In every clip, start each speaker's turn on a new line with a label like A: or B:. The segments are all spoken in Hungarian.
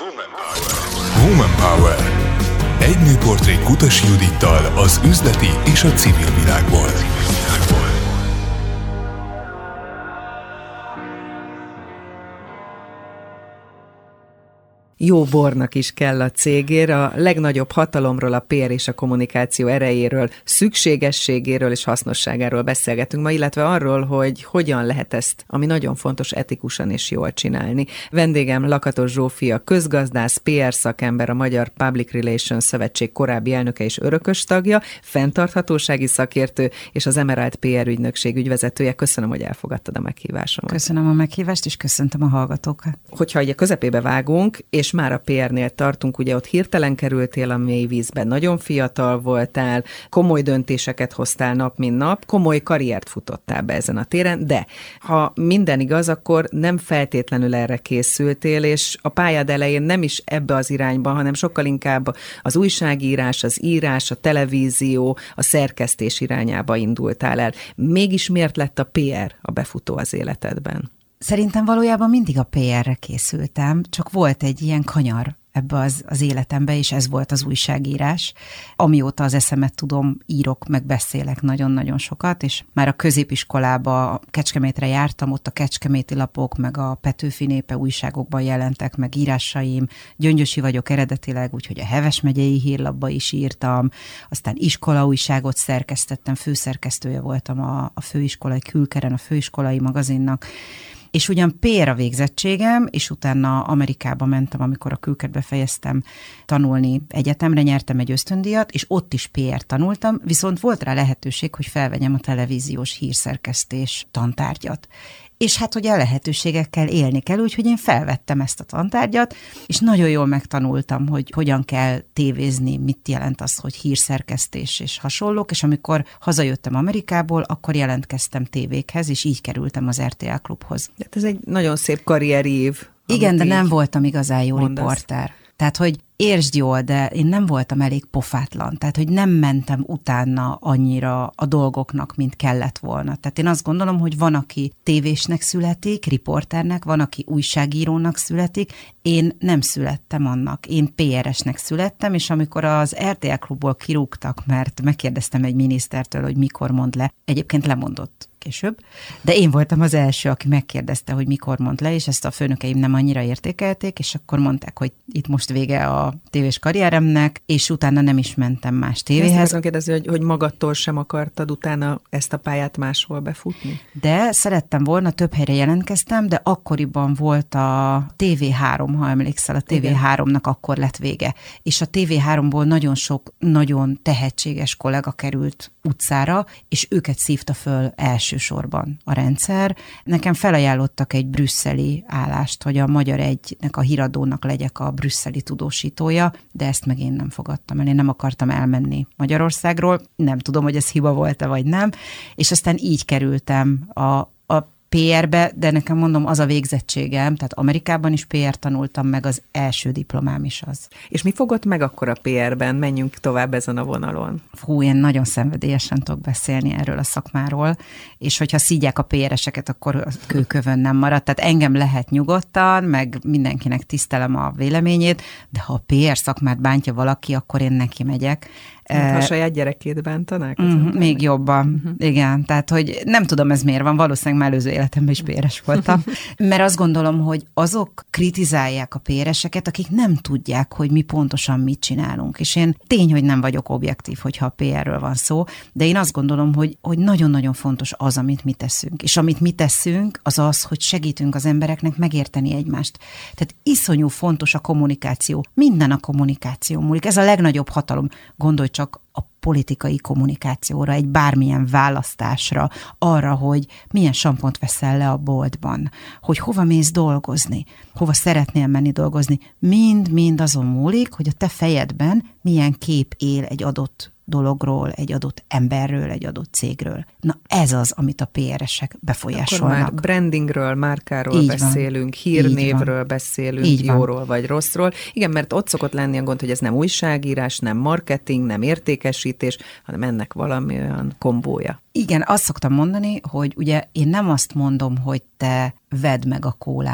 A: Woman Power. Egy nőportré Kutasi Judittal az üzleti és a civil világból.
B: Jó bornak is kell a cégér, a legnagyobb hatalomról, a PR és a kommunikáció erejéről, szükségességéről és hasznosságáról beszélgetünk ma, illetve arról, hogy hogyan lehet ezt, ami nagyon fontos, etikusan és jól csinálni. Vendégem Lakatos Zsófia, közgazdász, PR szakember, a Magyar Public Relations Szövetség korábbi elnöke és örökös tagja, fenntarthatósági szakértő és az Emerald PR ügynökség ügyvezetője. Köszönöm, hogy elfogadtad a meghívásomat.
C: Köszönöm a meghívást, és köszöntöm a hallgatókat.
B: Hogyha ugye közepébe vágunk, és már a PR-nél tartunk, ugye ott hirtelen kerültél a mély vízbe, nagyon fiatal voltál, komoly döntéseket hoztál nap, mint nap, komoly karriert futottál be ezen a téren, de ha minden igaz, akkor nem feltétlenül erre készültél, és a pályád elején nem is ebbe az irányba, hanem sokkal inkább az újságírás, az írás, a televízió, a szerkesztés irányába indultál el. Mégis miért lett a PR a befutó az életedben?
C: Szerintem valójában mindig a PR-re készültem, csak volt egy ilyen kanyar ebbe az életembe, és ez volt az újságírás. Amióta az eszemet tudom, írok, meg beszélek nagyon-nagyon sokat, és már a középiskolába Kecskemétre jártam, ott a Kecskeméti Lapok, meg a Petőfi Népe újságokban jelentek meg írásaim. Gyöngyösi vagyok eredetileg, úgyhogy a Heves megyei hírlapba is írtam, aztán iskolaújságot szerkesztettem, főszerkesztője voltam a főiskolai Külkeren, a főiskolai magazinnak, és ugyan PR a végzettségem, és utána Amerikába mentem, amikor a Külkert befejeztem tanulni egyetemre, nyertem egy ösztöndíjat, és ott is PR tanultam, viszont volt rá lehetőség, hogy felvegyem a televíziós hírszerkesztés tantárgyat. És hát ugye a lehetőségekkel élni kell, úgyhogy én felvettem ezt a tantárgyat, és nagyon jól megtanultam, hogy hogyan kell tévézni, mit jelent az, hogy hírszerkesztés és hasonlók, és amikor hazajöttem Amerikából, akkor jelentkeztem tévékhez, és így kerültem az RTL Klubhoz.
B: Hát ez egy nagyon szép karrierív.
C: Igen, de nem voltam igazán jó riporter. Tehát, hogy értsd jól, de én nem voltam elég pofátlan, tehát, hogy nem mentem utána annyira a dolgoknak, mint kellett volna. Tehát én azt gondolom, hogy van, aki tévésnek születik, riporternek, van, aki újságírónak születik, én nem születtem annak, én PR-esnek születtem, és amikor az RTL Klubból kirúgtak, mert megkérdeztem egy minisztertől, hogy mikor mond le, egyébként lemondott később, de én voltam az első, aki megkérdezte, hogy mikor mond le, és ezt a főnökeim nem annyira értékelték, és akkor mondták, hogy itt most vége a tévés karrieremnek, és utána nem is mentem más tévéhez.
B: Ezt kérdezni, hogy magadtól sem akartad utána ezt a pályát máshol befutni?
C: De szerettem volna, több helyre jelentkeztem, de akkoriban volt a TV3, ha emlékszel, a TV3-nak akkor lett vége. És a TV3-ból nagyon sok, nagyon tehetséges kollega került utcára, és őket szívta föl elsősorban a rendszer. Nekem felajánlottak egy brüsszeli állást, hogy a Magyar Egynek, a híradónak legyek a brüsszeli tudósítója, de ezt meg én nem fogadtam el. Én nem akartam elmenni Magyarországról, nem tudom, hogy ez hiba volt-e vagy nem, és aztán így kerültem a PR-be, de nekem mondom, az a végzettségem, tehát Amerikában is PR tanultam, meg az első diplomám is az.
B: És mi fogott meg akkor a PR-ben? Menjünk tovább ezen a vonalon.
C: Hú, én nagyon szenvedélyesen tudok beszélni erről a szakmáról, és hogyha szígyák a PR-eseket, akkor kőkövön nem marad. Tehát engem lehet nyugodtan, meg mindenkinek tisztelem a véleményét, de ha a PR szakmát bántja valaki, akkor én neki megyek.
B: Ha a saját gyerekét bántanák?
C: Még jobban. Igen, tehát, hogy nem tudom, ez miért van, valószínűleg már előző életemben is PR-es voltam. Mert azt gondolom, hogy azok kritizálják a PR-eseket, akik nem tudják, hogy mi pontosan mit csinálunk. És én tény, hogy nem vagyok objektív, hogyha a PR-ről van szó, de én azt gondolom, hogy nagyon-nagyon fontos az, amit mi teszünk. És amit mi teszünk, az az, hogy segítünk az embereknek megérteni egymást. Tehát iszonyú fontos a kommunikáció. Minden a kommunikáció múlik. Ez a legnagyobb hatalom. Gondolj csak a politikai kommunikációra, egy bármilyen választásra, arra, hogy milyen sampont veszel le a boltban, hogy hova mész dolgozni, hova szeretnél menni dolgozni. Mind azon múlik, hogy a te fejedben milyen kép él egy adott dologról, egy adott emberről, egy adott cégről. Na ez az, amit a PR-esek befolyásolnak.
B: Akkor már brandingről, márkáról így beszélünk, van. Hírnévről beszélünk, így jóról van. Vagy rosszról. Igen, mert ott szokott lenni a gond, hogy ez nem újságírás, nem marketing, nem értékesítés, hanem ennek valami olyan kombója.
C: Igen, azt szoktam mondani, hogy ugye én nem azt mondom, hogy te vedd meg a kólát,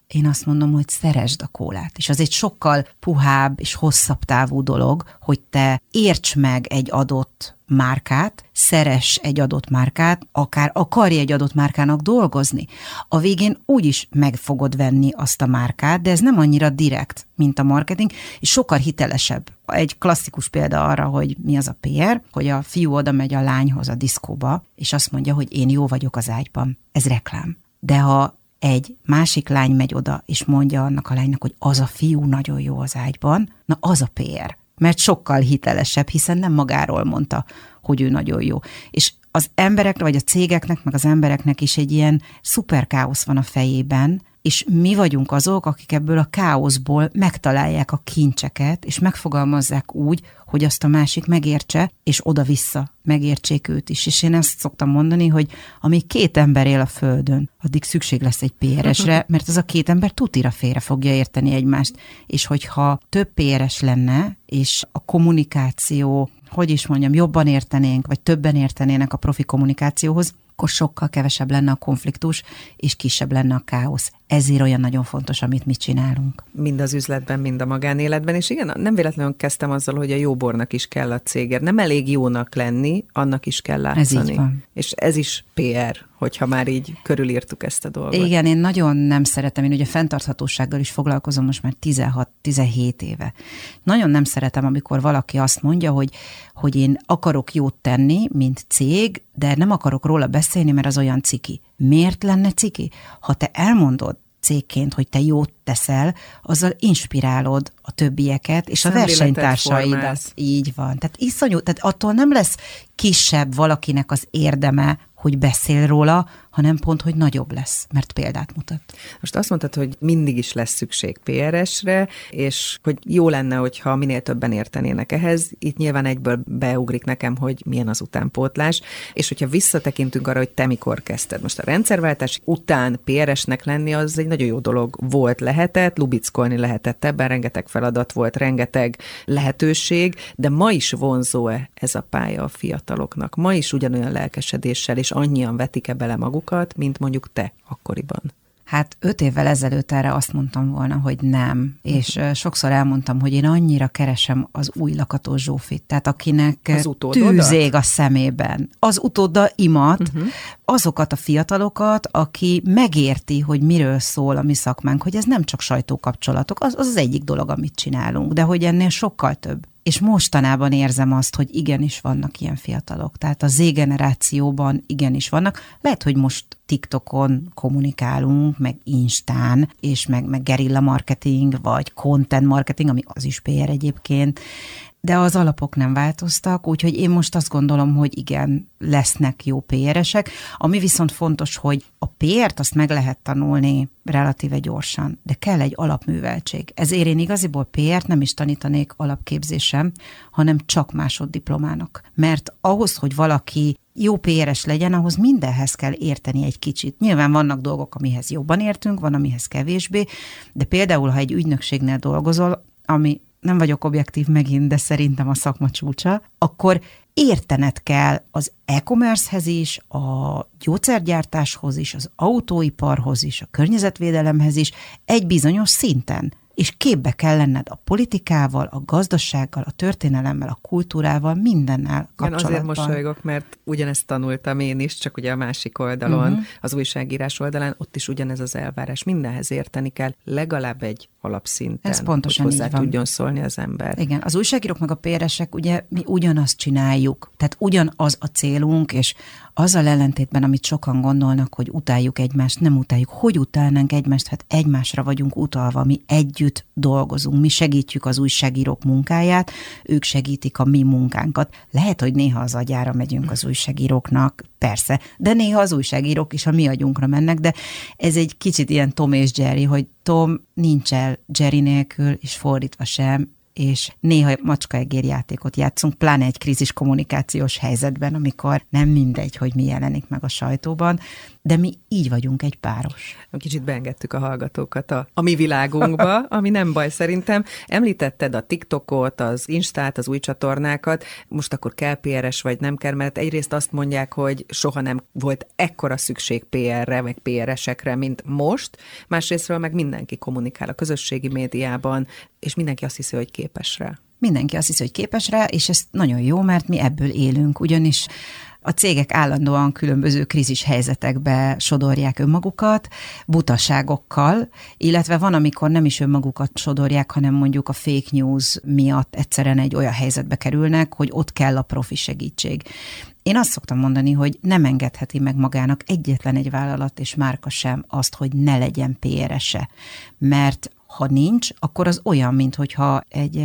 C: én azt mondom, hogy szeresd a kólát. És az egy sokkal puhább és hosszabb távú dolog, hogy te érts meg egy adott márkát, szeress egy adott márkát, akár akarj egy adott márkának dolgozni. A végén úgyis meg fogod venni azt a márkát, de ez nem annyira direkt, mint a marketing, és sokkal hitelesebb. Egy klasszikus példa arra, hogy mi az a PR, hogy a fiú oda megy a lányhoz a diszkóba, és azt mondja, hogy én jó vagyok az ágyban. Ez reklám. De ha egy másik lány megy oda, és mondja annak a lánynak, hogy az a fiú nagyon jó az ágyban, na az a PR. Mert sokkal hitelesebb, hiszen nem magáról mondta, hogy ő nagyon jó. És az embereknek, vagy a cégeknek, meg az embereknek is egy ilyen szuper káosz van a fejében, és mi vagyunk azok, akik ebből a káoszból megtalálják a kincseket, és megfogalmazzák úgy, hogy azt a másik megértse, és oda-vissza megértsék őt is. És én ezt szoktam mondani, hogy amíg 2 ember él a Földön, addig szükség lesz egy PR-esre, mert az a 2 ember tutira félre fogja érteni egymást. És hogyha több PR-es lenne, és a kommunikáció, hogy is mondjam, jobban értenénk, vagy többen értenének a profi kommunikációhoz, akkor sokkal kevesebb lenne a konfliktus, és kisebb lenne a káosz. Ezért olyan nagyon fontos, amit mi csinálunk.
B: Mind az üzletben, mind a magánéletben, és igen, nem véletlenül kezdtem azzal, hogy a jó bornak is kell a cégért. Nem elég jónak lenni, annak is kell látszani. Ez így van. És ez is PR, hogyha már így körülírtuk ezt a dolgot.
C: Igen, én nagyon nem szeretem, én ugye fenntarthatósággal is foglalkozom most már 16-17 éve. Nagyon nem szeretem, amikor valaki azt mondja, hogy én akarok jót tenni, mint cég, de nem akarok róla beszélni, mert az olyan ciki. Miért lenne ciki? Ha te elmondod cégként, hogy te jót teszel, azzal inspirálod a többieket, és a versenytársaidat. Így van. Tehát iszonyú, tehát attól nem lesz kisebb valakinek az érdeme, hogy beszél róla, hanem pont, hogy nagyobb lesz, mert példát mutat.
B: Most azt mondtad, hogy mindig is lesz szükség PR-esre, és hogy jó lenne, hogyha minél többen értenének ehhez. Itt nyilván egyből beugrik nekem, hogy milyen az utánpótlás, és hogyha visszatekintünk arra, hogy te mikor kezdted. Most a rendszerváltás után PR-esnek lenni, az egy nagyon jó dolog volt, lehetett, lubickolni lehetett ebben, rengeteg feladat volt, rengeteg lehetőség, de ma is vonzó-e ez a pálya a fiataloknak? Ma is ugyanolyan lelkesedéssel, és annyian vetik-e bele magukat, mint mondjuk te akkoriban?
C: Hát 5 évvel ezelőtt erre azt mondtam volna, hogy nem. És sokszor elmondtam, hogy én annyira keresem az új Lakatos Zsófit, tehát akinek tűz ég a szemében. Az utódaimat, azokat a fiatalokat, aki megérti, hogy miről szól a mi szakmánk, hogy ez nem csak sajtókapcsolatok, az egyik dolog, amit csinálunk, de hogy ennél sokkal több. És mostanában érzem azt, hogy igenis vannak ilyen fiatalok. Tehát a Z-generációban igenis vannak. Lehet, hogy most TikTokon kommunikálunk, meg Instán, és meg gerilla marketing, vagy content marketing, ami az is PR egyébként, de az alapok nem változtak, úgyhogy én most azt gondolom, hogy igen, lesznek jó PR-esek. Ami viszont fontos, hogy a PR-t azt meg lehet tanulni relatíve gyorsan, de kell egy alapműveltség. Ezért én igaziból PR-t nem is tanítanék alapképzésem, hanem csak másoddiplomának. Mert ahhoz, hogy valaki jó PR-es legyen, ahhoz mindenhez kell érteni egy kicsit. Nyilván vannak dolgok, amihez jobban értünk, van, amihez kevésbé, de például, ha egy ügynökségnél dolgozol, ami nem vagyok objektív megint, de szerintem a szakma csúcsa, akkor értened kell az e-commercehez is, a gyógyszergyártáshoz is, az autóiparhoz is, a környezetvédelemhez is, egy bizonyos szinten. És képbe kell lenned a politikával, a gazdasággal, a történelemmel, a kultúrával, mindennel kapcsolatban.
B: Én azért mosolygok, mert ugyanezt tanultam én is, csak ugye a másik oldalon, az újságírás oldalán, ott is ugyanez az elvárás. Mindenhez érteni kell, legalább egy alapszinten,
C: ez pontosan
B: hogy hozzá tudjon szólni az ember.
C: Igen, az újságírók meg a PR-esek, ugye mi ugyanazt csináljuk, tehát ugyanaz a célunk, és azzal ellentétben, amit sokan gondolnak, hogy utáljuk egymást, nem utáljuk. Hogy utálnánk egymást? Hát egymásra vagyunk utalva, mi együtt dolgozunk, mi segítjük az újságírók munkáját, ők segítik a mi munkánkat. Lehet, hogy néha az agyára megyünk az újságíróknak, persze, de néha az újságírók is a mi agyunkra mennek, de ez egy kicsit ilyen Tom és Jerry, hogy Tom nincs el Jerry nélkül, és fordítva sem, és néha macskaegér játékot játszunk, pláne egy krízis kommunikációs helyzetben, amikor nem mindegy, hogy mi jelenik meg a sajtóban. de mi így vagyunk egy páros.
B: Kicsit beengedtük a hallgatókat a mi világunkba, ami nem baj szerintem. Említetted a TikTokot, az Instát, az új csatornákat, most akkor kell PR-es vagy nem kell, mert egyrészt azt mondják, hogy soha nem volt ekkora szükség PR-re, meg PR-esekre, mint most, másrésztről meg mindenki kommunikál a közösségi médiában, és mindenki azt hiszi, hogy képes rá.
C: Mindenki azt hiszi, hogy képes rá, és ez nagyon jó, mert mi ebből élünk, ugyanis a cégek állandóan különböző krízis helyzetekbe sodorják önmagukat, butaságokkal, illetve van, amikor nem is önmagukat sodorják, hanem mondjuk a fake news miatt egyszerűen egy olyan helyzetbe kerülnek, hogy ott kell a profi segítség. Én azt szoktam mondani, hogy nem engedheti meg magának egyetlen egy vállalat és márka sem azt, hogy ne legyen PR-ese, mert ha nincs, akkor az olyan, minthogyha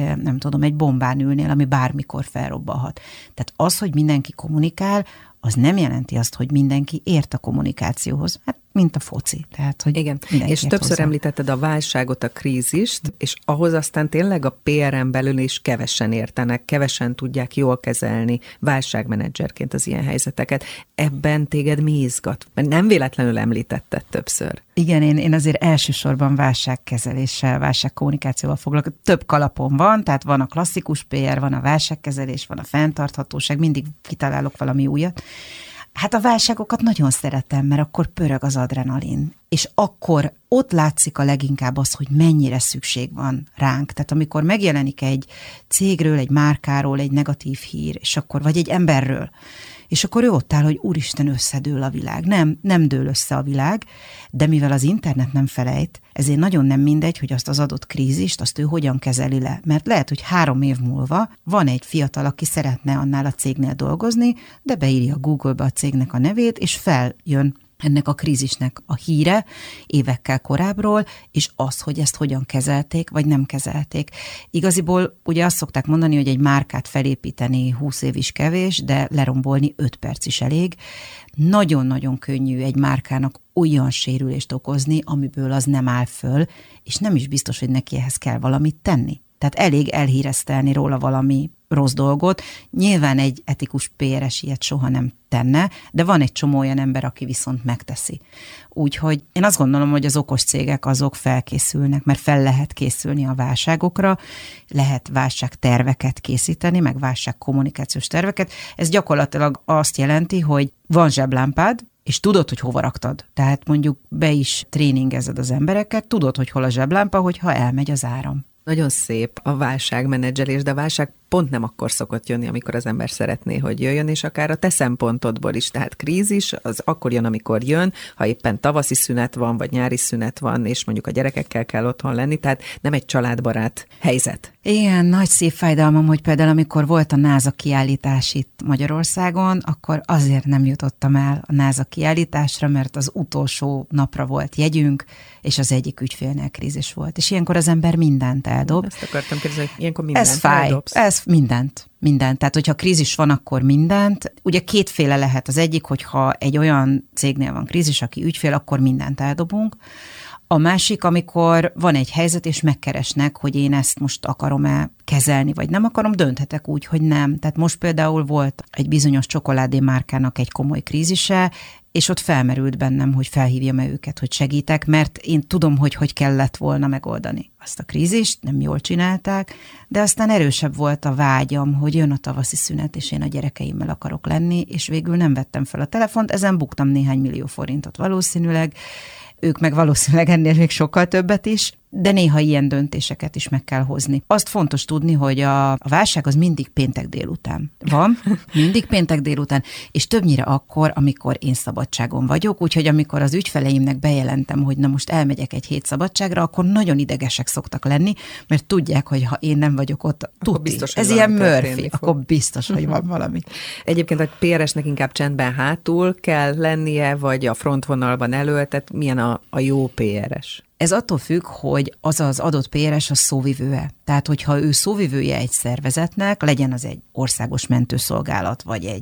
C: egy bombán ülnél, ami bármikor felrobbanhat. Tehát az, hogy mindenki kommunikál, az nem jelenti azt, hogy mindenki ért a kommunikációhoz. Hát, mint a foci. Tehát, hogy
B: igen, és többször említetted a válságot, a krízist, és ahhoz aztán tényleg a PR-en belül is kevesen értenek, kevesen tudják jól kezelni válságmenedzserként az ilyen helyzeteket. Ebben téged mi izgat? Mert nem véletlenül említetted többször.
C: Igen, én azért elsősorban válságkezeléssel, válságkommunikációval foglalkozom. Több kalapom van, tehát van a klasszikus PR, van a válságkezelés, van a fenntarthatóság, mindig kitalálok valami újat. Hát a válságokat nagyon szeretem, mert akkor pörög az adrenalin, és akkor ott látszik a leginkább az, hogy mennyire szükség van ránk. Tehát amikor megjelenik egy cégről, egy márkáról egy negatív hír, és akkor vagy egy emberről, és akkor ő ott áll, hogy úristen, összedől a világ. Nem dől össze a világ, de mivel az internet nem felejt, ezért nagyon nem mindegy, hogy azt az adott krízist, azt ő hogyan kezeli le. Mert lehet, hogy 3 év múlva van egy fiatal, aki szeretne annál a cégnél dolgozni, de beírja a Google-be a cégnek a nevét, és feljön ennek a krízisnek a híre évekkel korábbról, és az, hogy ezt hogyan kezelték, vagy nem kezelték. Igaziból ugye azt szokták mondani, hogy egy márkát felépíteni 20 év is kevés, de lerombolni 5 perc is elég. Nagyon-nagyon könnyű egy márkának olyan sérülést okozni, amiből az nem áll föl, és nem is biztos, hogy neki ehhez kell valamit tenni. Tehát elég elhíresztelni róla valami rossz dolgot. Nyilván egy etikus PR-es ilyet soha nem tenne, de van egy csomó olyan ember, aki viszont megteszi. Úgyhogy én azt gondolom, hogy az okos cégek azok felkészülnek, mert fel lehet készülni a válságokra, lehet válságterveket készíteni, meg válságkommunikációs terveket. Ez gyakorlatilag azt jelenti, hogy van zseblámpád, és tudod, hogy hova raktad. Tehát mondjuk be is tréningezed az embereket, tudod, hogy hol a zseblámpa, hogyha elmegy az áram.
B: Nagyon szép a válságmenedzselés, de a válság pont nem akkor szokott jönni, amikor az ember szeretné, hogy jöjjön, és akár a te szempontodból is. Tehát krízis az akkor jön, amikor jön, ha éppen tavaszi szünet van, vagy nyári szünet van, és mondjuk a gyerekekkel kell otthon lenni, tehát nem egy családbarát helyzet.
C: Igen, nagy szép fájdalmam, hogy például amikor volt a NASA kiállítás itt Magyarországon, akkor azért nem jutottam el a NASA kiállításra, mert az utolsó napra volt jegyünk, és az egyik ügyfélnél krízis volt. És ilyenkor az ember mindent eldob.
B: Ezt akartam kérdezni, hogy ilyenkor mindent
C: ez fáj.
B: eldobsz.
C: Ez mindent. Tehát, hogyha krízis van, akkor mindent. Ugye kétféle lehet. Az egyik, hogyha egy olyan cégnél van krízis, aki ügyfél, akkor mindent eldobunk. A másik, amikor van egy helyzet, és megkeresnek, hogy én ezt most akarom-e kezelni, vagy nem akarom, dönthetek úgy, hogy nem. Tehát most például volt egy bizonyos csokoládé márkának egy komoly krízise, és ott felmerült bennem, hogy felhívjam-e őket, hogy segítek, mert én tudom, hogy kellett volna megoldani azt a krízist, nem jól csinálták, de aztán erősebb volt a vágyam, hogy jön a tavaszi szünet, és én a gyerekeimmel akarok lenni, és végül nem vettem fel a telefont, ezen buktam néhány millió forintot valószínűleg, ők meg valószínűleg ennél még sokkal többet is, de néha ilyen döntéseket is meg kell hozni. Azt fontos tudni, hogy a válság az mindig péntek délután van, mindig péntek délután, és többnyire akkor, amikor én szabadságon vagyok, úgyhogy amikor az ügyfeleimnek bejelentem, hogy na most elmegyek egy hét szabadságra, akkor nagyon idegesek szoktak lenni, mert tudják, hogy ha én nem vagyok ott,
B: biztos,
C: ez ilyen Murphy, akkor biztos, hogy van valami.
B: Egyébként a PR-esnek inkább csendben hátul kell lennie, vagy a frontvonalban elől, tehát milyen a jó PR-es?
C: Ez attól függ, hogy az az adott PR-es a szóvivője. Tehát, hogyha ő szóvivője egy szervezetnek, legyen az egy országos mentőszolgálat, vagy egy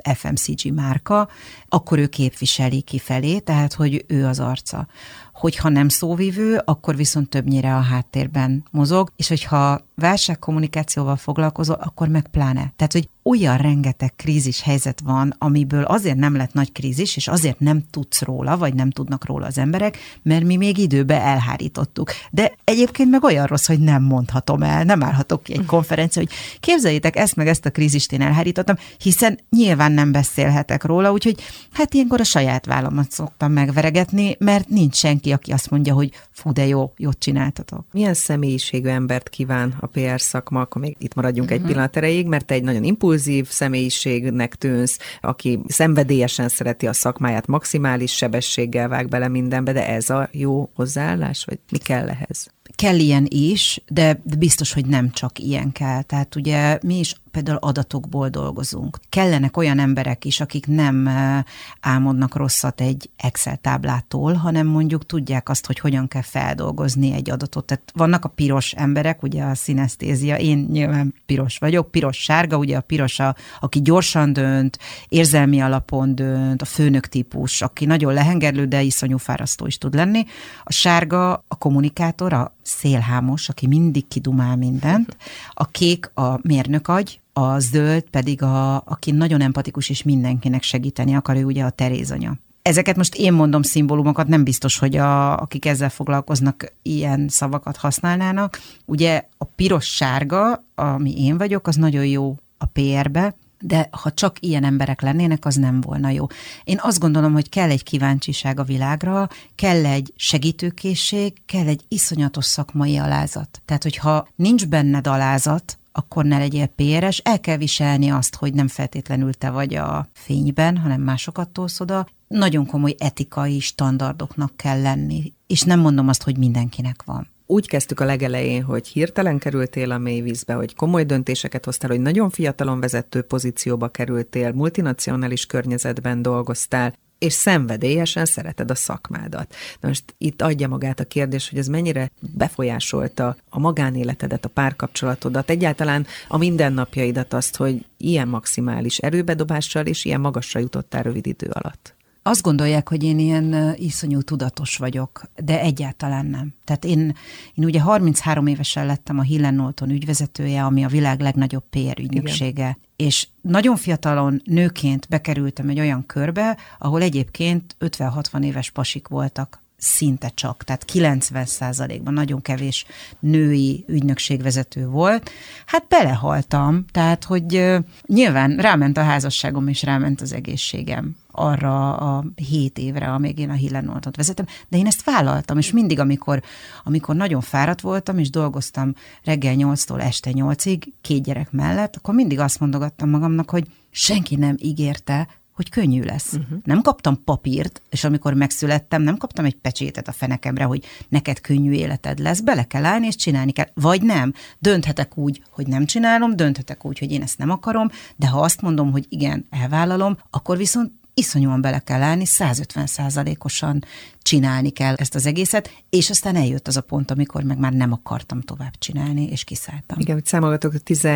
C: FMCG márka, akkor ő képviseli kifelé, tehát hogy ő az arca. Hogyha nem szóvivő, akkor viszont többnyire a háttérben mozog, és hogyha válságkommunikációval foglalkozol, akkor meg pláne. Tehát, hogy olyan rengeteg krízis helyzet van, amiből azért nem lett nagy krízis, és azért nem tudsz róla, vagy nem tudnak róla az emberek, mert mi még időben elhárítottuk. De egyébként meg olyan rossz, hogy nem mondhatom el, nem állhatok ki egy konferencia, hogy képzeljétek, ezt meg ezt a krízist én elhárítottam, hiszen nyilván nem beszélhetek róla, úgyhogy hát ilyenkor a saját vállamat szoktam megveregetni, mert nincs senki, aki azt mondja, hogy fú, de jó, jót csináltatok.
B: Milyen személyiségű embert kíván a PR szakma, akkor még itt maradjunk egy pillanat erejéig, mert te egy nagyon impulzív személyiségnek tűnsz, aki szenvedélyesen szereti a szakmáját, maximális sebességgel vág bele mindenbe, de ez a jó hozzáállás, vagy mi kell ehhez?
C: Kell ilyen is, de biztos, hogy nem csak ilyen kell. Tehát ugye mi is például adatokból dolgozunk. Kellenek olyan emberek is, akik nem álmodnak rosszat egy Excel táblától, hanem mondjuk tudják azt, hogy hogyan kell feldolgozni egy adatot. Tehát vannak a piros emberek, ugye a szinesztézia, én nyilván piros vagyok, piros-sárga, ugye a piros, aki gyorsan dönt, érzelmi alapon dönt, a főnök típus, aki nagyon lehengerlő, de iszonyú fárasztó is tud lenni. A sárga a kommunikátor, a szélhámos, aki mindig kidumál mindent, a kék a mérnökagy, a zöld pedig aki nagyon empatikus és mindenkinek segíteni akar, ő ugye a Teréz anya. Ezeket most én mondom szimbólumokat, nem biztos, hogy akik ezzel foglalkoznak, ilyen szavakat használnának. Ugye a piros-sárga, ami én vagyok, az nagyon jó a PR-be, de ha csak ilyen emberek lennének, az nem volna jó. Én azt gondolom, hogy kell egy kíváncsiság a világra, kell egy segítőkészség, kell egy iszonyatos szakmai alázat. Tehát, hogyha nincs benned alázat, akkor ne legyél PR-es, el kell viselni azt, hogy nem feltétlenül te vagy a fényben, hanem másokat tolsz oda. Nagyon komoly etikai standardoknak kell lenni, és nem mondom azt, hogy mindenkinek van.
B: Úgy kezdtük a legelején, hogy hirtelen kerültél a mélyvízbe, hogy komoly döntéseket hoztál, hogy nagyon fiatalon vezető pozícióba kerültél, multinacionális környezetben dolgoztál, és szenvedélyesen szereted a szakmádat. Na most itt adja magát a kérdés, hogy ez mennyire befolyásolta a magánéletedet, a párkapcsolatodat, egyáltalán a mindennapjaidat, azt, hogy ilyen maximális erőbedobással és ilyen magasra jutottál rövid idő alatt.
C: Azt gondolják, hogy én ilyen iszonyú tudatos vagyok, de egyáltalán nem. Tehát én ugye 33 évesen lettem a Hill & Knowlton ügyvezetője, ami a világ legnagyobb PR ügynöksége. Igen. És nagyon fiatalon nőként bekerültem egy olyan körbe, ahol egyébként 50-60 éves pasik voltak. Szinte csak, tehát 90%-ban nagyon kevés női ügynökségvezető volt. Hát belehaltam, tehát hogy nyilván ráment a házasságom, és ráment az egészségem arra a 7 évre, amíg én a Hill & Knowltont vezetem, de én ezt vállaltam, és mindig, amikor nagyon fáradt voltam, és dolgoztam reggel 8-tól este 8-ig, 2 gyerek mellett, akkor mindig azt mondogattam magamnak, hogy senki nem ígérte, hogy könnyű lesz. Nem kaptam papírt, és amikor megszülettem, nem kaptam egy pecsétet a fenekemre, hogy neked könnyű életed lesz, bele kell állni, és csinálni kell. Vagy nem. Dönthetek úgy, hogy nem csinálom, dönthetek úgy, hogy én ezt nem akarom, de ha azt mondom, hogy igen, elvállalom, akkor viszont iszonyúan bele kell állni, 150%-osan csinálni kell ezt az egészet, és aztán eljött az a pont, amikor meg már nem akartam tovább csinálni, és kiszálltam.
B: Igen, hogy számolgatok,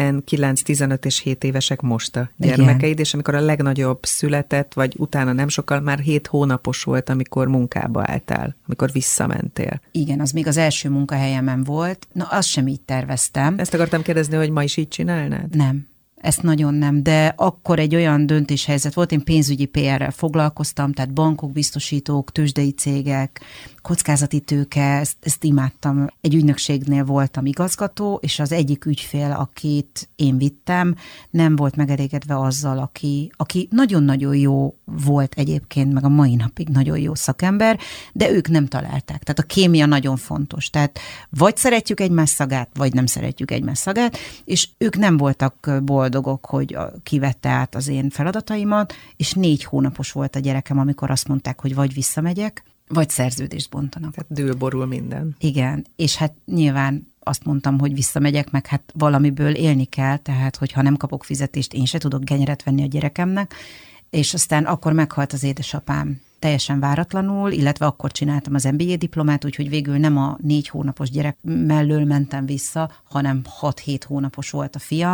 B: 19, 15 és 7 évesek most a gyermekeid, igen. És amikor a legnagyobb született, vagy utána nem sokkal, már 7 hónapos volt, amikor munkába álltál, amikor visszamentél.
C: Igen, az még az első munkahelyemen volt, na azt sem így terveztem.
B: Ezt akartam kérdezni, hogy ma is így csinálnád?
C: Nem. Ezt nagyon nem, de akkor egy olyan döntéshelyzet volt, én pénzügyi PR-rel foglalkoztam, tehát bankok, biztosítók, tőzsdei cégek, kockázati tőke, ezt imádtam. Egy ügynökségnél voltam igazgató, és az egyik ügyfél, akit én vittem, nem volt megelégedve azzal, aki nagyon-nagyon jó volt egyébként, meg a mai napig nagyon jó szakember, de ők nem találták. Tehát a kémia nagyon fontos. Tehát vagy szeretjük egymás szagát, vagy nem szeretjük egymás szagát, és ők nem voltak boldogok, hogy kivette át az én feladataimat, és 4 hónapos volt a gyerekem, amikor azt mondták, hogy vagy visszamegyek, vagy szerződést bontanak.
B: Tehát dűlborul minden.
C: Igen, és hát nyilván azt mondtam, hogy visszamegyek, meg hát valamiből élni kell, tehát hogyha nem kapok fizetést, én se tudok genyeret venni a gyerekemnek, és aztán akkor meghalt az édesapám teljesen váratlanul, illetve akkor csináltam az MBA diplomát, úgyhogy végül nem a 4 hónapos gyerek mellől mentem vissza, hanem 6-7 hónapos volt a fiam.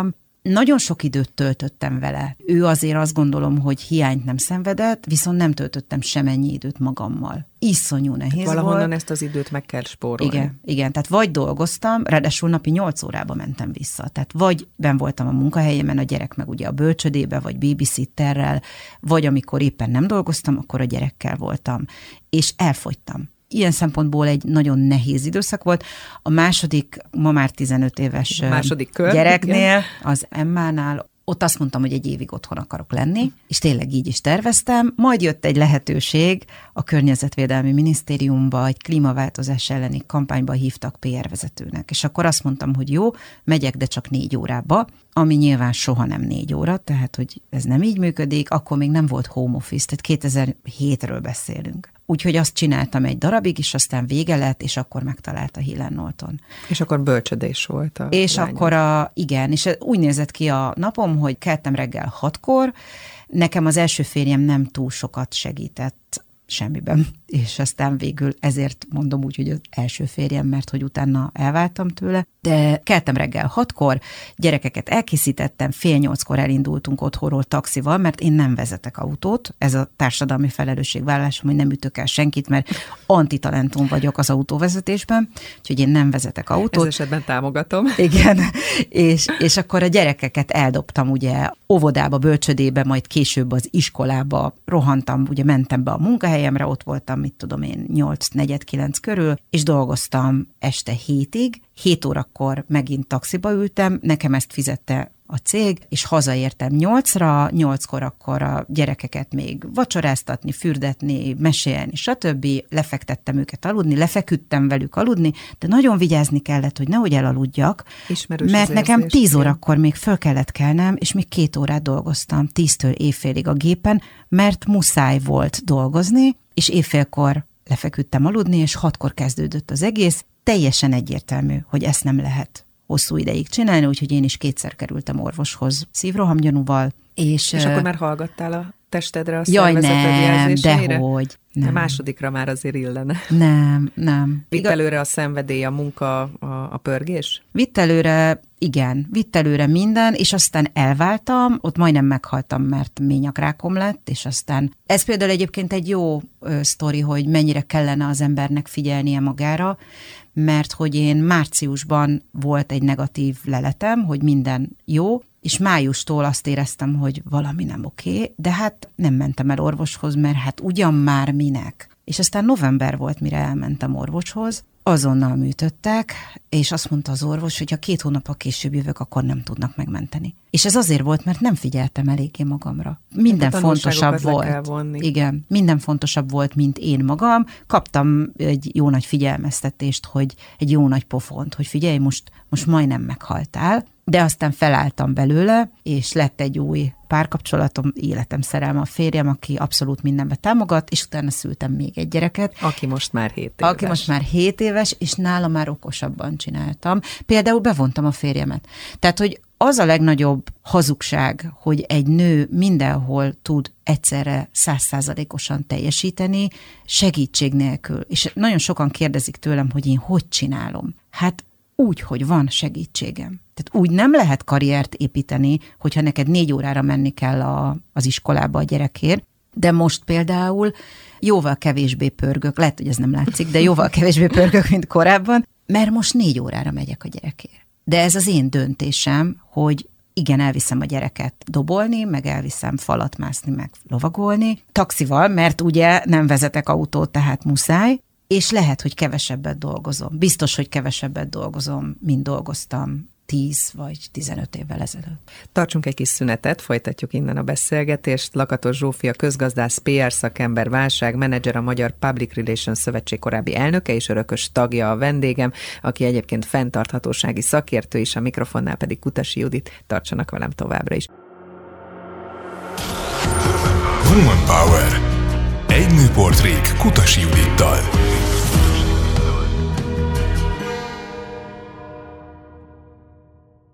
C: nagyon sok időt töltöttem vele. Ő azért azt gondolom, hogy hiányt nem szenvedett, viszont nem töltöttem semennyi időt magammal. Iszonyú nehéz volt.
B: Valahonnan ezt az időt meg kell spórolni.
C: Igen, tehát vagy dolgoztam, ráadásul napi 8 órába mentem vissza. Tehát vagy benn voltam a munkahelyemen, a gyerek meg ugye a bölcsödébe, vagy babysitterrel, vagy amikor éppen nem dolgoztam, akkor a gyerekkel voltam. És elfogytam. Ilyen szempontból egy nagyon nehéz időszak volt. A második, ma már 15 éves gyereknél, igen. Az Emmánál, ott azt mondtam, hogy egy évig otthon akarok lenni, és tényleg így is terveztem. Majd jött egy lehetőség, a Környezetvédelmi Minisztériumba egy klímaváltozás elleni kampányba hívtak PR vezetőnek. És akkor azt mondtam, hogy jó, megyek, de csak 4 órába, ami nyilván soha nem 4 óra, tehát hogy ez nem így működik, akkor még nem volt home office, tehát 2007-ről beszélünk. Úgyhogy azt csináltam egy darabig, és aztán vége lett, és akkor megtalálta Helen Norton.
B: És akkor bölcsödés volt a
C: és
B: lányom.
C: Akkor igen, és úgy nézett ki a napom, hogy keltem reggel 6-kor, nekem az első férjem nem túl sokat segített semmiben, és aztán végül ezért mondom úgy, hogy az első férjem, mert hogy utána elváltam tőle, de keltem reggel 6-kor, gyerekeket elkészítettem, 7:30-kor elindultunk otthonról taxival, mert én nem vezetek autót, ez a társadalmi felelősségvállalásom, hogy nem ütök el senkit, mert antitalentum vagyok az autóvezetésben, úgyhogy én nem vezetek autót.
B: Ez esetben támogatom.
C: Igen, és akkor a gyerekeket eldobtam ugye óvodába, bölcsödébe, majd később az iskolába rohantam, ugye mentem be a munkahelyemre, ott voltam, mit tudom én, 8-4-9 körül, és dolgoztam este 7-ig, 7 órakor megint taxiba ültem, nekem ezt fizette a cég, és hazaértem 8-ra, 8-kor akkor a gyerekeket még vacsoráztatni, fürdetni, mesélni, stb. Lefektettem őket aludni, lefeküdtem velük aludni, de nagyon vigyázni kellett, hogy nehogy elaludjak,
B: ismerős
C: mert nekem 10 órakor még föl kellett kelnem, és még 2 órát dolgoztam, 10-től éjfélig a gépen, mert muszáj volt dolgozni, és éjfélkor lefeküdtem aludni, és 6-kor kezdődött az egész. Teljesen egyértelmű, hogy ezt nem lehet hosszú ideig csinálni, úgyhogy én is 2-szer kerültem orvoshoz szívrohamgyanúval. És
B: akkor már hallgattál a testedre, a
C: szervezeted jelzéseire? Dehogy.
B: Nem. A másodikra már azért illene.
C: Nem.
B: Vitt előre a szenvedély, a munka, a pörgés?
C: Vitt előre minden, és aztán elváltam, ott majdnem meghaltam, mert ményakrákom lett, és aztán ez például egyébként egy jó sztori, hogy mennyire kellene az embernek figyelnie magára, mert hogy én márciusban volt egy negatív leletem, hogy minden jó, és májustól azt éreztem, hogy valami nem oké, de hát nem mentem el orvoshoz, mert hát ugyan már minek. És aztán november volt, mire elmentem orvoshoz, azonnal műtöttek, és azt mondta az orvos, hogy ha 2 hónappal később jövök, akkor nem tudnak megmenteni. És ez azért volt, mert nem figyeltem eléggé magamra. Minden fontosabb volt. Igen, minden fontosabb volt, mint én magam. Kaptam egy jó nagy figyelmeztetést, hogy egy jó nagy pofont, hogy figyelj, most majdnem meghaltál, de aztán felálltam belőle, és lett egy új párkapcsolatom, életem szerelme, a férjem, aki abszolút mindenbe támogat, és utána szültem még egy gyereket.
B: Aki most már 7 éves.
C: És nála már okosabban csináltam. Például bevontam a férjemet. Tehát, hogy az a legnagyobb hazugság, hogy egy nő mindenhol tud egyszerre 100%-osan teljesíteni, segítség nélkül. És nagyon sokan kérdezik tőlem, hogy én hogy csinálom. Hát úgy, hogy van segítségem. Tehát úgy nem lehet karriert építeni, hogyha neked 4 órára menni kell az iskolába a gyerekért, de most például jóval kevésbé pörgök, lehet, hogy ez nem látszik, de jóval kevésbé pörgök, mint korábban, mert most 4 órára megyek a gyerekért. De ez az én döntésem, hogy igen, elviszem a gyereket dobolni, meg elviszem falat mászni, meg lovagolni, taxival, mert ugye nem vezetek autót, tehát muszáj, és lehet, hogy kevesebbet dolgozom. Biztos, hogy kevesebbet dolgozom, mint dolgoztam 10 vagy 15 évvel ezelőtt.
B: Tartsunk egy kis szünetet, folytatjuk innen a beszélgetést. Lakatos Zsófia közgazdász, PR szakember, válságmenedzser, a Magyar Public Relations Szövetség korábbi elnöke és örökös tagja a vendégem, aki egyébként fenntarthatósági szakértő is, a mikrofonnál pedig Kutasi Judit. Tartsanak velem továbbra is.
A: Woman Power. Egy nőportrék Kutasi Judittal.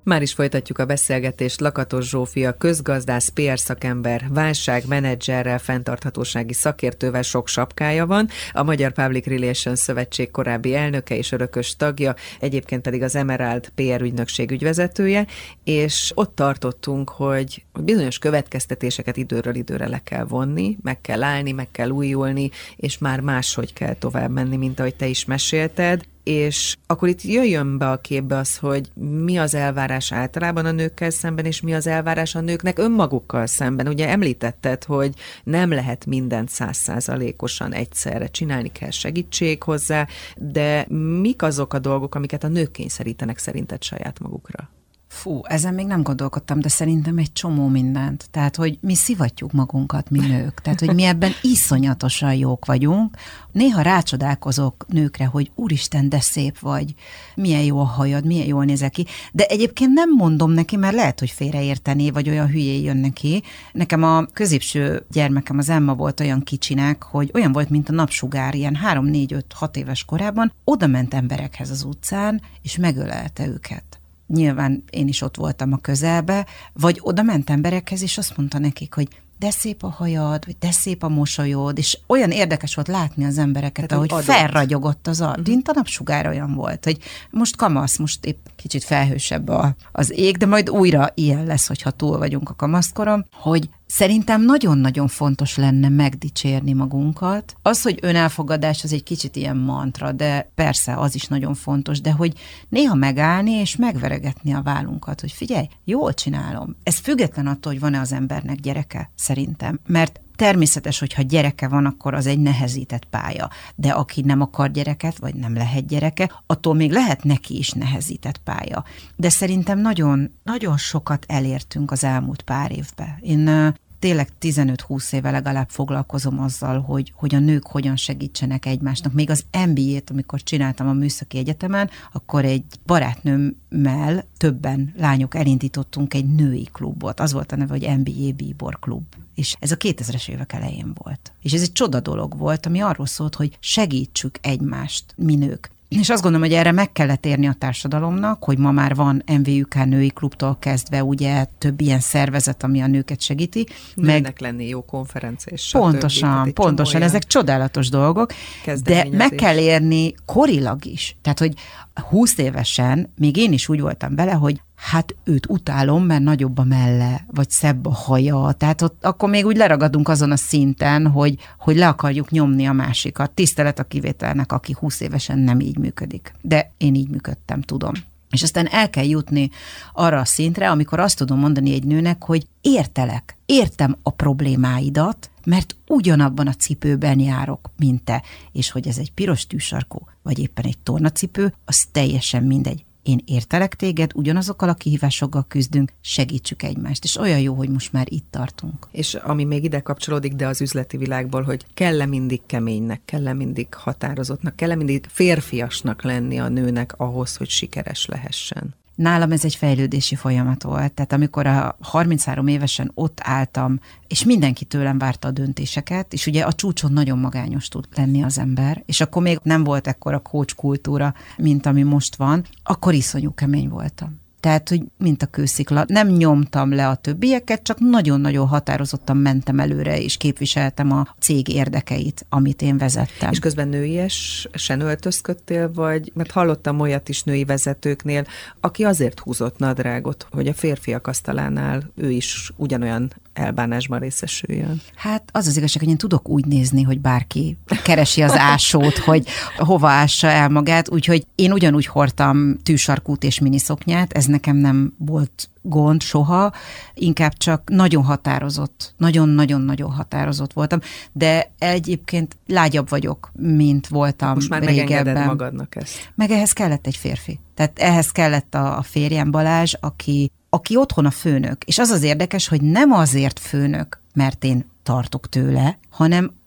B: Már is folytatjuk a beszélgetést. Lakatos Zsófia, közgazdász, PR szakember, válságmenedzserrel, fenntarthatósági szakértővel, sok sapkája van, a Magyar Public Relations Szövetség korábbi elnöke és örökös tagja, egyébként pedig az Emerald PR ügynökség ügyvezetője, és ott tartottunk, hogy bizonyos következtetéseket időről időre le kell vonni, meg kell állni, meg kell újulni, és már máshogy kell tovább menni, mint ahogy te is mesélted. És akkor itt jöjjön be a képbe az, hogy mi az elvárás általában a nőkkel szemben, és mi az elvárás a nőknek önmagukkal szemben. Ugye említetted, hogy nem lehet mindent 100%-osan egyszerre csinálni, kell segítség hozzá, de mik azok a dolgok, amiket a nők kényszerítenek szerinted saját magukra?
C: Fú, ezen még nem gondolkodtam, de szerintem egy csomó mindent. Tehát, hogy mi szivatjuk magunkat, mi nők. Tehát, hogy mi ebben iszonyatosan jók vagyunk. Néha rácsodálkozok nőkre, hogy úristen, de szép vagy, milyen jó a hajad, milyen jól nézel ki. De egyébként nem mondom neki, mert lehet, hogy félreértené, vagy olyan hülyé jön neki. Nekem a középső gyermekem, az Emma volt olyan kicsinek, hogy olyan volt, mint a napsugár, ilyen 3-4-5-6 éves korában, oda ment emberekhez az utcán, és megölelte őket. Nyilván én is ott voltam a közelbe, vagy oda ment emberekhez, és azt mondta nekik, hogy de szép a hajad, vagy de szép a mosolyod, és olyan érdekes volt látni az embereket, tehát, ahogy felragyogott az arc, mint a napsugár olyan volt, hogy most kamasz, most épp kicsit felhősebb az ég, de majd újra ilyen lesz, hogyha túl vagyunk a kamaszkorom, hogy szerintem nagyon-nagyon fontos lenne megdicsérni magunkat. Az, hogy önelfogadás, az egy kicsit ilyen mantra, de persze az is nagyon fontos, de hogy néha megállni és megveregetni a vállunkat, hogy figyelj, jól csinálom. Ez független attól, hogy van-e az embernek gyereke, szerintem. Mert természetes, hogyha gyereke van, akkor az egy nehezített pálya. De aki nem akar gyereket, vagy nem lehet gyereke, attól még lehet neki is nehezített pálya. De szerintem nagyon, nagyon sokat elértünk az elmúlt pár évben. Én tényleg 15-20 éve legalább foglalkozom azzal, hogy a nők hogyan segítsenek egymásnak. Még az MBA-t, amikor csináltam a Műszaki Egyetemen, akkor egy barátnőmmel többen lányok elindítottunk egy női klubot. Az volt a neve, hogy MBA Bíbor Klub. És ez a 2000-es évek elején volt. És ez egy csoda dolog volt, ami arról szólt, hogy segítsük egymást, mi nők. És azt gondolom, hogy erre meg kellett érni a társadalomnak, hogy ma már van MVUK női klubtól kezdve ugye több ilyen szervezet, ami a nőket segíti.
B: Nőnek lenni jó konferencia, és
C: pontosan, ezek csodálatos dolgok, de meg kell érni korilag is. Tehát, hogy 20 évesen még én is úgy voltam vele, hogy hát őt utálom, mert nagyobb a melle, vagy szebb a haja, tehát ott akkor még úgy leragadunk azon a szinten, hogy le akarjuk nyomni a másikat. Tisztelet a kivételnek, aki 20 évesen nem így működik. De én így működtem, tudom. És aztán el kell jutni arra a szintre, amikor azt tudom mondani egy nőnek, hogy értelek, értem a problémáidat, mert ugyanabban a cipőben járok, mint te. És hogy ez egy piros tűsarkó, vagy éppen egy tornacipő, az teljesen mindegy. Én értelek téged, ugyanazokkal a kihívásokkal küzdünk, segítsük egymást. És olyan jó, hogy most már itt tartunk.
B: És ami még ide kapcsolódik, de az üzleti világból, hogy kell-e mindig keménynek, kell-e mindig határozottnak, kell-e mindig férfiasnak lenni a nőnek ahhoz, hogy sikeres lehessen?
C: Nálam ez egy fejlődési folyamat volt, tehát amikor a 33 évesen ott álltam, és mindenki tőlem várta a döntéseket, és ugye a csúcson nagyon magányos tud lenni az ember, és akkor még nem volt ekkora coach kultúra, mint ami most van, akkor iszonyú kemény voltam. Tehát, hogy mint a kőszikla, nem nyomtam le a többieket, csak nagyon-nagyon határozottan mentem előre, és képviseltem a cég érdekeit, amit én vezettem.
B: És közben nőiesen öltözködtél, vagy, mert hallottam olyat is női vezetőknél, aki azért húzott nadrágot, hogy a férfiak asztalánál ő is ugyanolyan elbánásban részesüljön.
C: Hát az az igazság, hogy én tudok úgy nézni, hogy bárki keresi az ásót, hogy hova ássa el magát, úgyhogy én ugyanúgy hordtam tűsarkút és miniszoknyát, ez nekem nem volt gond soha, inkább csak nagyon határozott, nagyon-nagyon-nagyon határozott voltam, de egyébként lágyabb vagyok, mint voltam
B: most már
C: régebben.
B: Megengeded magadnak ezt.
C: Meg ehhez kellett egy férfi. Tehát ehhez kellett a férjem Balázs, aki otthon a főnök. És az az érdekes, hogy nem azért főnök, mert én tartok tőle, hanem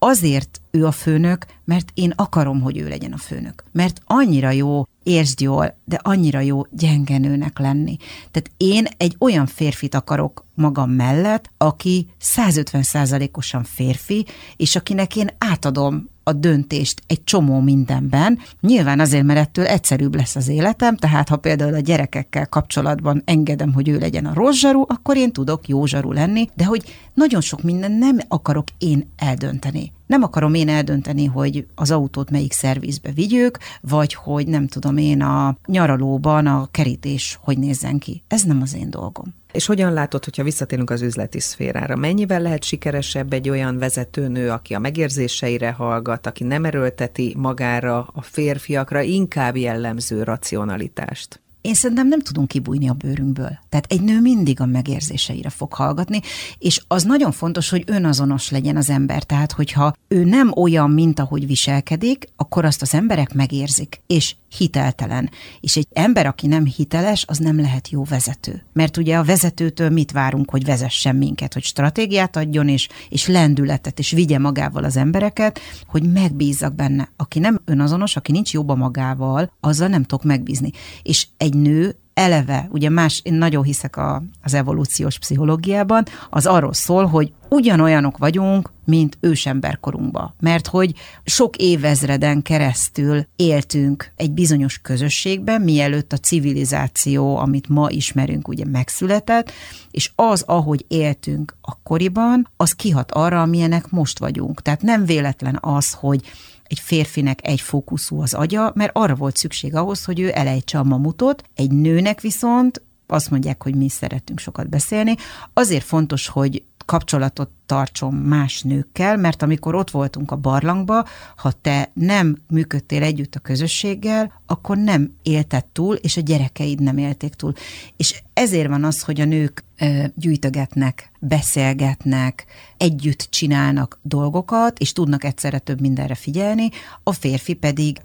C: azért ő a főnök, mert én akarom, hogy ő legyen a főnök. Mert annyira jó, értsd jól, de annyira jó gyengenőnek lenni. Tehát én egy olyan férfit akarok magam mellett, aki 150%-osan férfi, és akinek én átadom a döntést egy csomó mindenben. Nyilván azért, mert ettől egyszerűbb lesz az életem, tehát ha például a gyerekekkel kapcsolatban engedem, hogy ő legyen a rossz zsaru, akkor én tudok jó zsaru lenni, de hogy nagyon sok minden nem akarok én eldönteni. Nem akarom én eldönteni, hogy az autót melyik szervizbe vigyük, vagy hogy nem tudom én a nyaralóban a kerítés hogy nézzen ki. Ez nem az én dolgom.
B: És hogyan látod, hogyha visszatérünk az üzleti szférára? Mennyivel lehet sikeresebb egy olyan vezetőnő, aki a megérzéseire hallgat, aki nem erőlteti magára, a férfiakra inkább jellemző racionalitást?
C: Én szerintem nem tudunk kibújni a bőrünkből. Tehát egy nő mindig a megérzéseire fog hallgatni, és az nagyon fontos, hogy önazonos legyen az ember. Tehát, hogyha ő nem olyan, mint ahogy viselkedik, akkor azt az emberek megérzik, és hiteltelen. És egy ember, aki nem hiteles, az nem lehet jó vezető. Mert ugye a vezetőtől mit várunk, hogy vezessen minket, hogy stratégiát adjon, és lendületet, és vigye magával az embereket, hogy megbízzak benne. Aki nem önazonos, aki nincs jobban magával, azzal nem tudok megbízni. És egy nő eleve, ugye én nagyon hiszek az evolúciós pszichológiában, az arról szól, hogy ugyanolyanok vagyunk, mint ősemberkorunkban. Mert hogy sok évezreden keresztül éltünk egy bizonyos közösségben, mielőtt a civilizáció, amit ma ismerünk, ugye megszületett, és az, ahogy éltünk akkoriban, az kihat arra, amilyenek most vagyunk. Tehát nem véletlen az, hogy egy férfinek egy fókuszú az agya, mert arra volt szükség ahhoz, hogy ő elejtse a mamutot, egy nőnek viszont azt mondják, hogy mi szeretünk sokat beszélni, azért fontos, hogy kapcsolatot tartson más nőkkel, mert amikor ott voltunk a barlangba, ha te nem működtél együtt a közösséggel, akkor nem élted túl, és a gyerekeid nem élték túl. És ezért van az, hogy a nők gyűjtögetnek, beszélgetnek, együtt csinálnak dolgokat, és tudnak egyszerre több mindenre figyelni, a férfi pedig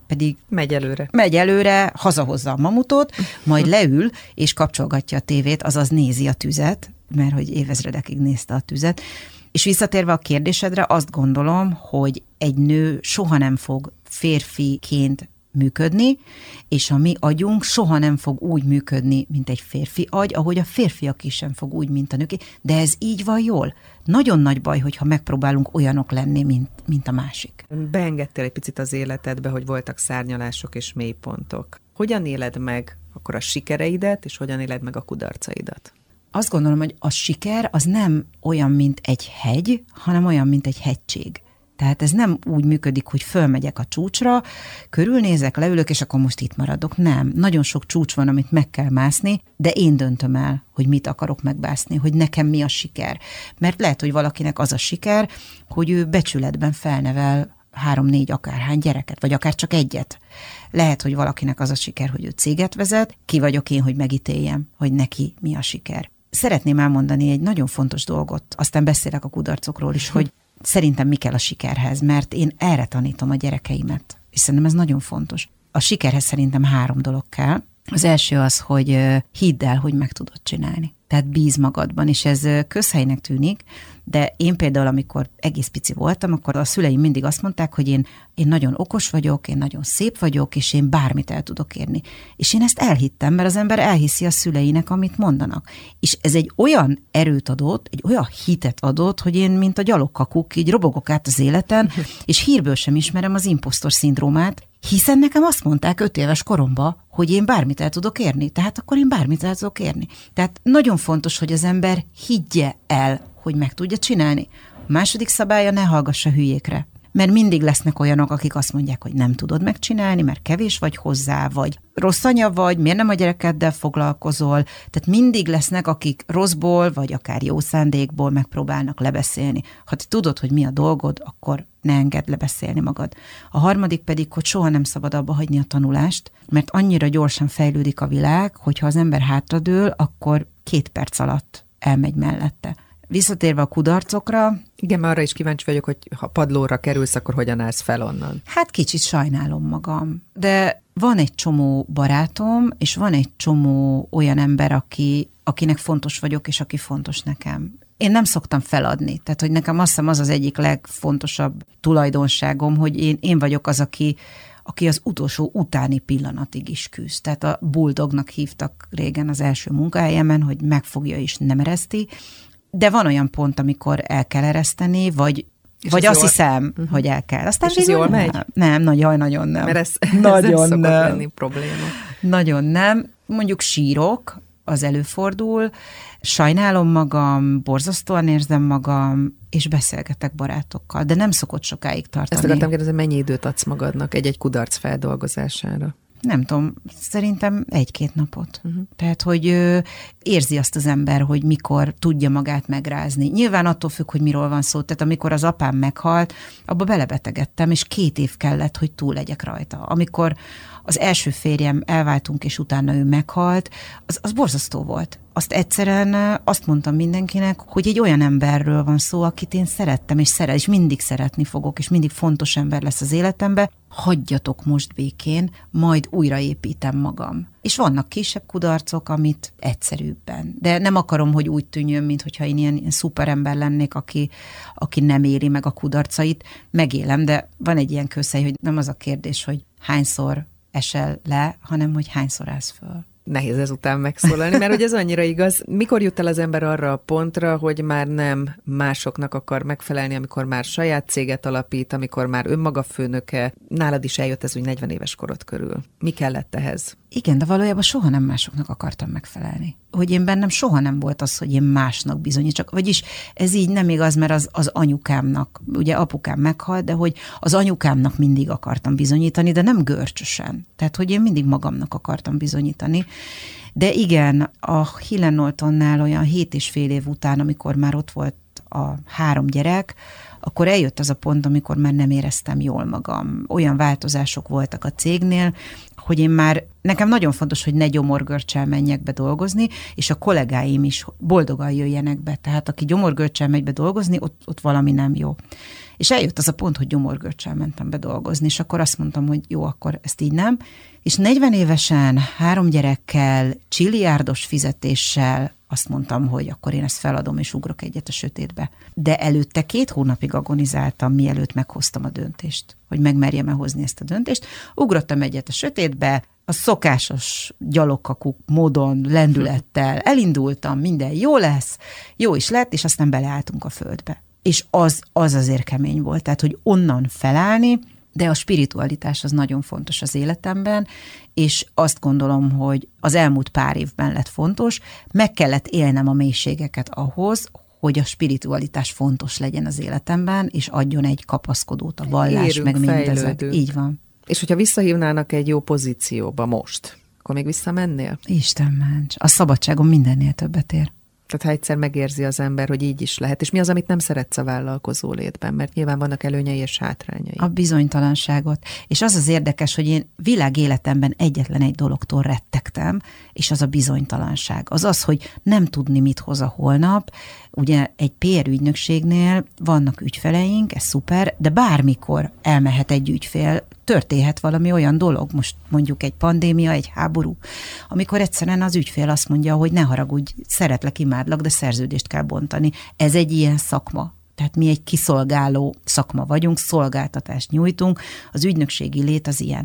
C: megy előre, hazahozza a mamutot, majd leül, és kapcsolgatja a tévét, azaz nézi a tüzet, mert hogy évezredekig nézte a tüzet. És visszatérve a kérdésedre, azt gondolom, hogy egy nő soha nem fog férfiként működni, és a mi agyunk soha nem fog úgy működni, mint egy férfi agy, ahogy a férfiak is sem fog úgy, mint a nőké, de ez így van jól. Nagyon nagy baj, hogyha megpróbálunk olyanok lenni, mint a másik.
B: Beengedtél egy picit az életedbe, hogy voltak szárnyalások és mélypontok. Hogyan éled meg akkor a sikereidet, és hogyan éled meg a kudarcaidat?
C: Azt gondolom, hogy a siker az nem olyan, mint egy hegy, hanem olyan, mint egy hegység. Tehát ez nem úgy működik, hogy fölmegyek a csúcsra, körülnézek, leülök, és akkor most itt maradok. Nem. Nagyon sok csúcs van, amit meg kell mászni, de én döntöm el, hogy mit akarok megbászni, hogy nekem mi a siker. Mert lehet, hogy valakinek az a siker, hogy ő becsületben felnevel 3-4 akárhány gyereket, vagy akár csak egyet. Lehet, hogy valakinek az a siker, hogy ő céget vezet, ki vagyok én, hogy megítéljem, hogy neki mi a siker. Szeretném elmondani egy nagyon fontos dolgot, aztán beszélek a kudarcokról is, hogy szerintem mi kell a sikerhez, mert én erre tanítom a gyerekeimet, és szerintem ez nagyon fontos. A sikerhez szerintem 3 dolog kell. Az első az, hogy hidd el, hogy meg tudod csinálni. Tehát bíz magadban, és ez közhelynek tűnik, de én például, amikor egész pici voltam, akkor a szüleim mindig azt mondták, hogy én nagyon okos vagyok, én nagyon szép vagyok, és én bármit el tudok érni. És én ezt elhittem, mert az ember elhiszi a szüleinek, amit mondanak. És ez egy olyan erőt adott, egy olyan hitet adott, hogy én, mint a gyalogkakuk, így robogok át az életen, és hírből sem ismerem az imposztor szindrómát, hiszen nekem azt mondták 5 éves koromban, hogy én bármit el tudok érni, tehát akkor én bármit el tudok érni. Tehát nagyon fontos, hogy az ember higgye el, hogy meg tudja csinálni. A második szabálya, ne hallgassa hülyékre. Mert mindig lesznek olyanok, akik azt mondják, hogy nem tudod megcsinálni, mert kevés vagy hozzá, vagy rossz anya vagy, miért nem a gyerekeddel foglalkozol. Tehát mindig lesznek, akik rosszból, vagy akár jó szándékból megpróbálnak lebeszélni. Ha te tudod, hogy mi a dolgod, akkor ne engedd lebeszélni magad. A harmadik pedig, hogy soha nem szabad abba hagyni a tanulást, mert annyira gyorsan fejlődik a világ, hogyha az ember hátradől, akkor 2 perc alatt elmegy mellette. Visszatérve a kudarcokra...
B: Igen, mert arra is kíváncsi vagyok, hogy ha padlóra kerülsz, akkor hogyan állsz fel onnan?
C: Hát kicsit sajnálom magam. De van egy csomó barátom, és van egy csomó olyan ember, akinek fontos vagyok, és aki fontos nekem. Én nem szoktam feladni, tehát hogy nekem azt hiszem az egyik legfontosabb tulajdonságom, hogy én vagyok az, aki az utolsó utáni pillanatig is küzd. Tehát a bulldognak hívtak régen az első munkahelyemen, hogy megfogja és nem ereszti, de van olyan pont, amikor el kell ereszteni, vagy azt hiszem, hogy el kell. Aztán
B: és ez jól megy?
C: Nem, nagyon nem.
B: Mert ez
C: nagyon
B: nem szokott
C: nem.
B: lenni probléma.
C: Nagyon nem. Mondjuk sírok, az előfordul, sajnálom magam, borzasztóan érzem magam, és beszélgetek barátokkal, de nem szokott sokáig tartani.
B: Ezt akartam kérdezni, mennyi időt adsz magadnak egy kudarc feldolgozására?
C: Nem tudom, szerintem 1-2 napot. Tehát, hogy érzi azt az ember, hogy mikor tudja magát megrázni. Nyilván attól függ, hogy miről van szó. Tehát amikor az apám meghalt, abba belebetegedtem, és 2 év kellett, hogy túl legyek rajta. Amikor az első férjem elváltunk, és utána ő meghalt, az borzasztó volt. Azt egyszerűen azt mondtam mindenkinek, hogy egy olyan emberről van szó, akit én szerettem, és mindig szeretni fogok, és mindig fontos ember lesz az életemben. Hagyjatok most békén, majd újraépítem magam. És vannak kisebb kudarcok, amit egyszerűbben. De nem akarom, hogy úgy tűnjön, mintha én ilyen szuperember lennék, aki nem éli meg a kudarcait. Megélem, de van egy ilyen közhely, hogy nem az a kérdés, hogy hányszor esel le, hanem hogy hányszor állsz föl.
B: Nehéz ezután megszólalni, mert hogy ez annyira igaz. Mikor jut el az ember arra a pontra, hogy már nem másoknak akar megfelelni, amikor már saját céget alapít, amikor már önmaga főnöke? Nálad is eljött ez úgy 40 éves korod körül. Mi kellett ehhez?
C: Igen, de valójában soha nem másoknak akartam megfelelni. Hogy én bennem soha nem volt az, hogy én másnak bizonyítsak. Vagyis ez így nem igaz, mert az anyukámnak, ugye apukám meghalt, de hogy az anyukámnak mindig akartam bizonyítani, de nem görcsösen. Tehát, hogy én mindig magamnak akartam bizonyítani. De igen, a Helen Nortonnál olyan 7,5 év után, amikor már ott volt a 3 gyerek, akkor eljött az a pont, amikor már nem éreztem jól magam. Olyan változások voltak a cégnél, hogy én már, nekem nagyon fontos, hogy ne gyomorgörccsel menjek be dolgozni, és a kollégáim is boldogan jöjjenek be. Tehát aki gyomorgörccsel megy be dolgozni, ott valami nem jó. És eljött az a pont, hogy gyomorgörccsel mentem be dolgozni, és akkor azt mondtam, hogy jó, akkor ezt így nem. És 40 évesen, 3 gyerekkel, csilliárdos fizetéssel azt mondtam, hogy akkor én ezt feladom, és ugrok egyet a sötétbe. De előtte 2 hónapig agonizáltam, mielőtt meghoztam a döntést, hogy megmerjem-e hozni ezt a döntést. Ugrottam egyet a sötétbe, a szokásos gyalogkakuk módon, lendülettel elindultam, minden jó lesz, jó is lett, és aztán beleálltunk a földbe. És az azért kemény volt, tehát, hogy onnan felállni, de a spiritualitás az nagyon fontos az életemben, és azt gondolom, hogy az elmúlt pár évben lett fontos, meg kellett élnem a mélységeket ahhoz, hogy a spiritualitás fontos legyen az életemben, és adjon egy kapaszkodót a vallás,
B: érünk,
C: meg mindezek.
B: fejlődünk.
C: Így van.
B: És hogyha visszahívnának egy jó pozícióba most, akkor még visszamennél?
C: Isten ments, a szabadságom mindennél többet ér.
B: Tehát ha egyszer megérzi az ember, hogy így is lehet. És mi az, amit nem szeretsz a vállalkozó létben? Mert nyilván vannak előnyei és hátrányai.
C: A bizonytalanságot. És az az érdekes, hogy én világéletemben egyetlen egy dologtól rettegtem, és az a bizonytalanság. Az, hogy nem tudni, mit hoz a holnap. Ugye egy PR ügynökségnél vannak ügyfeleink, ez szuper, de bármikor elmehet egy ügyfél, történhet valami olyan dolog, most mondjuk egy pandémia, egy háború, amikor egyszerűen az ügyfél azt mondja, hogy ne haragudj, szeretlek, imádlak, de szerződést kell bontani. Ez egy ilyen szakma. Tehát mi egy kiszolgáló szakma vagyunk, szolgáltatást nyújtunk, az ügynökségi lét az ilyen.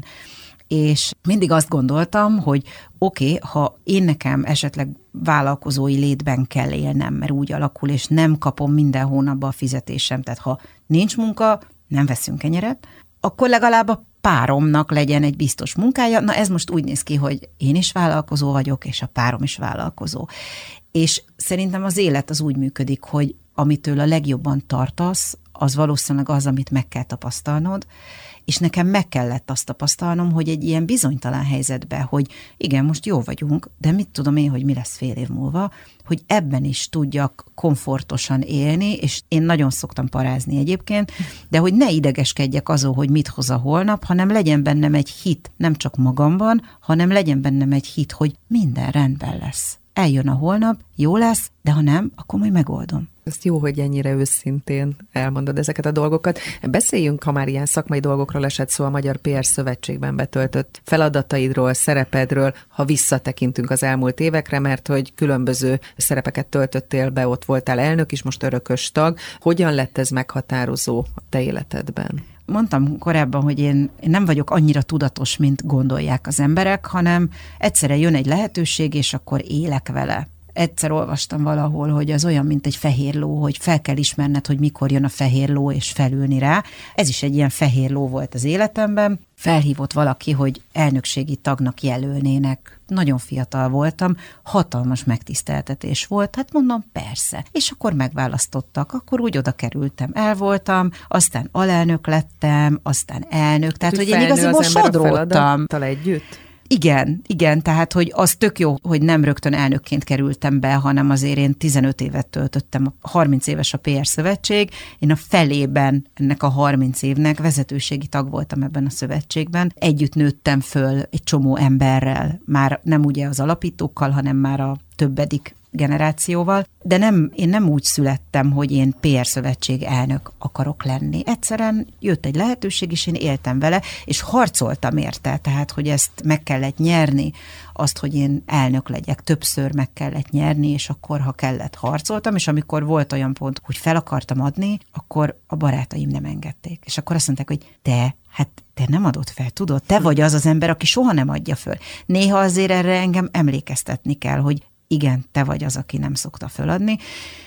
C: És mindig azt gondoltam, hogy oké, ha én nekem esetleg vállalkozói létben kell élnem, mert úgy alakul, és nem kapom minden hónapban a fizetésem, tehát ha nincs munka, nem veszünk kenyeret, akkor legalább a páromnak legyen egy biztos munkája. Na ez most úgy néz ki, hogy én is vállalkozó vagyok, és a párom is vállalkozó. És szerintem az élet az úgy működik, hogy amitől a legjobban tartasz, az valószínűleg az, amit meg kell tapasztalnod, és nekem meg kellett azt tapasztalnom, hogy egy ilyen bizonytalan helyzetben, hogy igen, most jó vagyunk, de mit tudom én, hogy mi lesz fél év múlva, hogy ebben is tudjak komfortosan élni, és én nagyon szoktam parázni egyébként, de hogy ne idegeskedjek azon, hogy mit hoz a holnap, hanem legyen bennem egy hit, nem csak magamban, hanem legyen bennem egy hit, hogy minden rendben lesz. eljön a holnap, jó lesz, de ha nem, akkor majd megoldom.
B: Ezt jó, hogy ennyire őszintén elmondod ezeket a dolgokat. Beszéljünk, ha már ilyen szakmai dolgokról esett szó, a Magyar PR Szövetségben betöltött feladataidról, szerepedről, ha visszatekintünk az elmúlt évekre, mert hogy különböző szerepeket töltöttél be, ott voltál elnök is, most örökös tag. Hogyan lett ez meghatározó a te életedben?
C: Mondtam korábban, hogy én nem vagyok annyira tudatos, mint gondolják az emberek, hanem egyszerre jön egy lehetőség, és akkor élek vele. Egyszer olvastam valahol, hogy az olyan, mint egy fehér ló, hogy fel kell ismerned, hogy mikor jön a fehér ló, és felülni rá. Ez is egy ilyen fehér ló volt az életemben. Felhívott valaki, hogy elnökségi tagnak jelölnének. Nagyon fiatal voltam, hatalmas megtiszteltetés volt, hát mondom, persze. És akkor megválasztottak, akkor úgy oda kerültem, el voltam, aztán alelnök lettem, aztán elnök, tehát hogy én igazából sodródtam.
B: Együtt?
C: Igen, tehát hogy az tök jó, hogy nem rögtön elnökként kerültem be, hanem azért én 15 évet töltöttem, 30 éves a PR Szövetség, én a felében ennek a 30 évnek vezetőségi tag voltam ebben a szövetségben, együtt nőttem föl egy csomó emberrel, már nem ugye az alapítókkal, hanem már a többedik generációval, de én nem úgy születtem, hogy én PR Szövetség elnök akarok lenni. Egyszerűen jött egy lehetőség, és én éltem vele, és harcoltam érte, tehát, hogy ezt meg kellett nyerni, azt, hogy én elnök legyek, többször meg kellett nyerni, és akkor, ha kellett, harcoltam, és amikor volt olyan pont, hogy fel akartam adni, akkor a barátaim nem engedték. És akkor azt mondták, hogy te nem adod fel, tudod? Te vagy az ember, aki soha nem adja föl. Néha azért erre engem emlékeztetni kell, hogy igen, te vagy az, aki nem szokta föladni.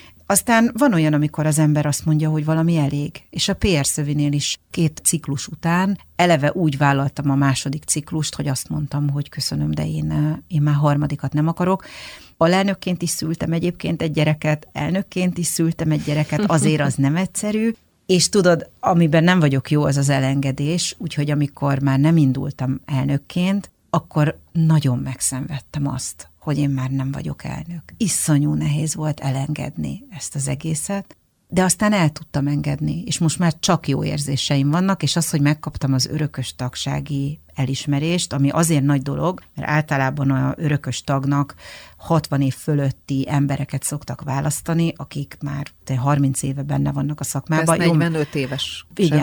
C: Aztán van olyan, amikor az ember azt mondja, hogy valami elég. És a PR Szövinél is 2 ciklus után eleve úgy vállaltam a második ciklust, hogy azt mondtam, hogy köszönöm, de én már harmadikat nem akarok. Alelnökként is szültem egyébként egy gyereket, elnökként is szültem egy gyereket, azért az nem egyszerű. És tudod, amiben nem vagyok jó, az az elengedés, úgyhogy amikor már nem indultam elnökként, akkor nagyon megszenvedtem azt, hogy én már nem vagyok elnök. Iszonyú nehéz volt elengedni ezt az egészet, de aztán el tudtam engedni, és most már csak jó érzéseim vannak, és az, hogy megkaptam az örökös tagsági elismerést, ami azért nagy dolog, mert általában az örökös tagnak 60 év fölötti embereket szoktak választani, akik már 30 éve benne vannak a szakmában.
B: Ez 45 éves.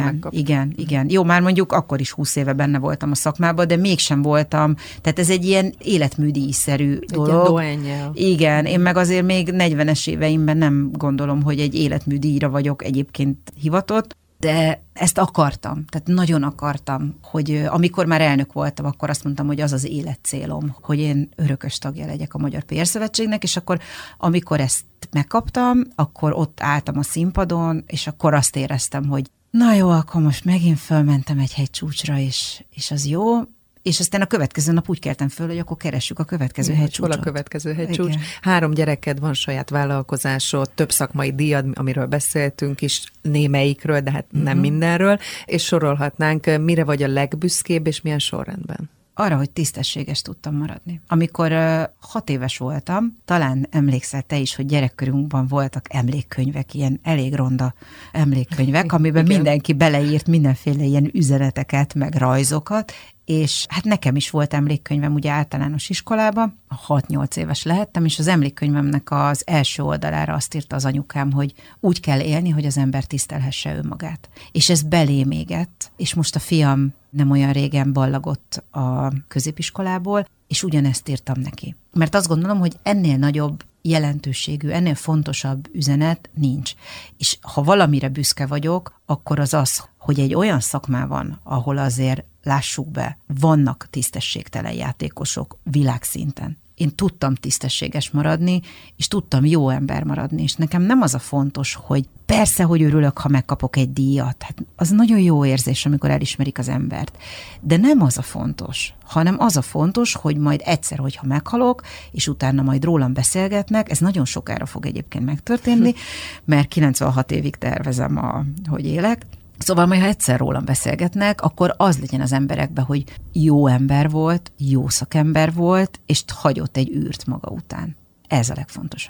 C: Igen. Jó, már mondjuk akkor is 20 éve benne voltam a szakmában, de mégsem voltam. Tehát ez egy ilyen életműdíjszerű dolog. Igen, én meg azért még 40-es éveimben nem gondolom, hogy egy életműdíjra vagyok egyébként hivatott, de ezt akartam, tehát nagyon akartam, hogy amikor már elnök voltam, akkor azt mondtam, hogy az az életcélom, hogy én örökös tagja legyek a Magyar PR Szövetségnek, és akkor amikor ezt megkaptam, akkor ott álltam a színpadon, és akkor azt éreztem, hogy na jó, akkor most megint fölmentem egy hegycsúcsra, és az jó. És aztán a következő nap úgy keltem föl, hogy akkor keressük a következő hegycsúcsot.
B: Hol a következő hegycsúcs? Igen. 3 gyereked van, saját vállalkozásod, több szakmai díjad, amiről beszéltünk is, némelyikről, de hát nem mindenről, és sorolhatnánk, mire vagy a legbüszkébb, és milyen sorrendben?
C: Arra, hogy tisztességes tudtam maradni. Amikor 6 éves voltam, talán emlékszel te is, hogy gyerekkorunkban voltak emlékkönyvek, ilyen elég ronda emlékkönyvek, amiben mindenki beleírt mindenféle ilyen üzeneteket, meg rajzokat, és hát nekem is volt emlékkönyvem ugye általános iskolában, 6-8 éves lehettem, és az emlékkönyvemnek az első oldalára azt írta az anyukám, hogy úgy kell élni, hogy az ember tisztelhesse önmagát. És ez belém égett, és most a fiam nem olyan régen ballagott a középiskolából, és ugyanezt írtam neki. Mert azt gondolom, hogy ennél nagyobb jelentőségű, ennél fontosabb üzenet nincs. És ha valamire büszke vagyok, akkor az, hogy egy olyan szakmában, ahol azért lássuk be, vannak tisztességtelen játékosok világszinten. Én tudtam tisztességes maradni, és tudtam jó ember maradni, és nekem nem az a fontos, hogy persze, hogy örülök, ha megkapok egy díjat. Hát az nagyon jó érzés, amikor elismerik az embert. De nem az a fontos, hanem az a fontos, hogy majd egyszer, hogyha meghalok, és utána majd rólam beszélgetnek, ez nagyon sokára fog egyébként megtörténni, mert 96 évig tervezem, hogy élek. Szóval majd, ha egyszer rólam beszélgetnek, akkor az legyen az emberekben, hogy jó ember volt, jó szakember volt, és hagyott egy űrt maga után. Ez a legfontosabb.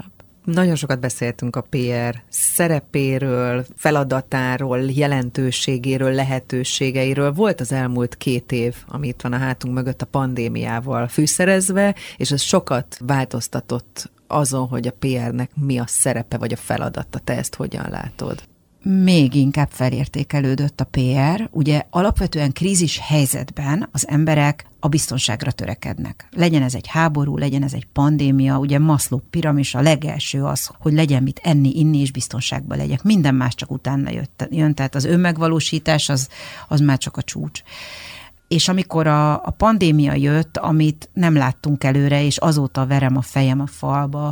B: Nagyon sokat beszéltünk a PR szerepéről, feladatáról, jelentőségéről, lehetőségeiről. Volt az elmúlt 2 év, ami itt van a hátunk mögött a pandémiával fűszerezve, és ez sokat változtatott azon, hogy a PR-nek mi a szerepe vagy a feladata. Te ezt hogyan látod?
C: Még inkább felértékelődött a PR. Ugye alapvetően krízis helyzetben az emberek a biztonságra törekednek. Legyen ez egy háború, legyen ez egy pandémia, ugye Maslow piramis, a legelső az, hogy legyen mit enni, inni és biztonságban legyek. Minden más csak utána jön, tehát az önmegvalósítás az már csak a csúcs. És amikor a pandémia jött, amit nem láttunk előre, és azóta verem a fejem a falba,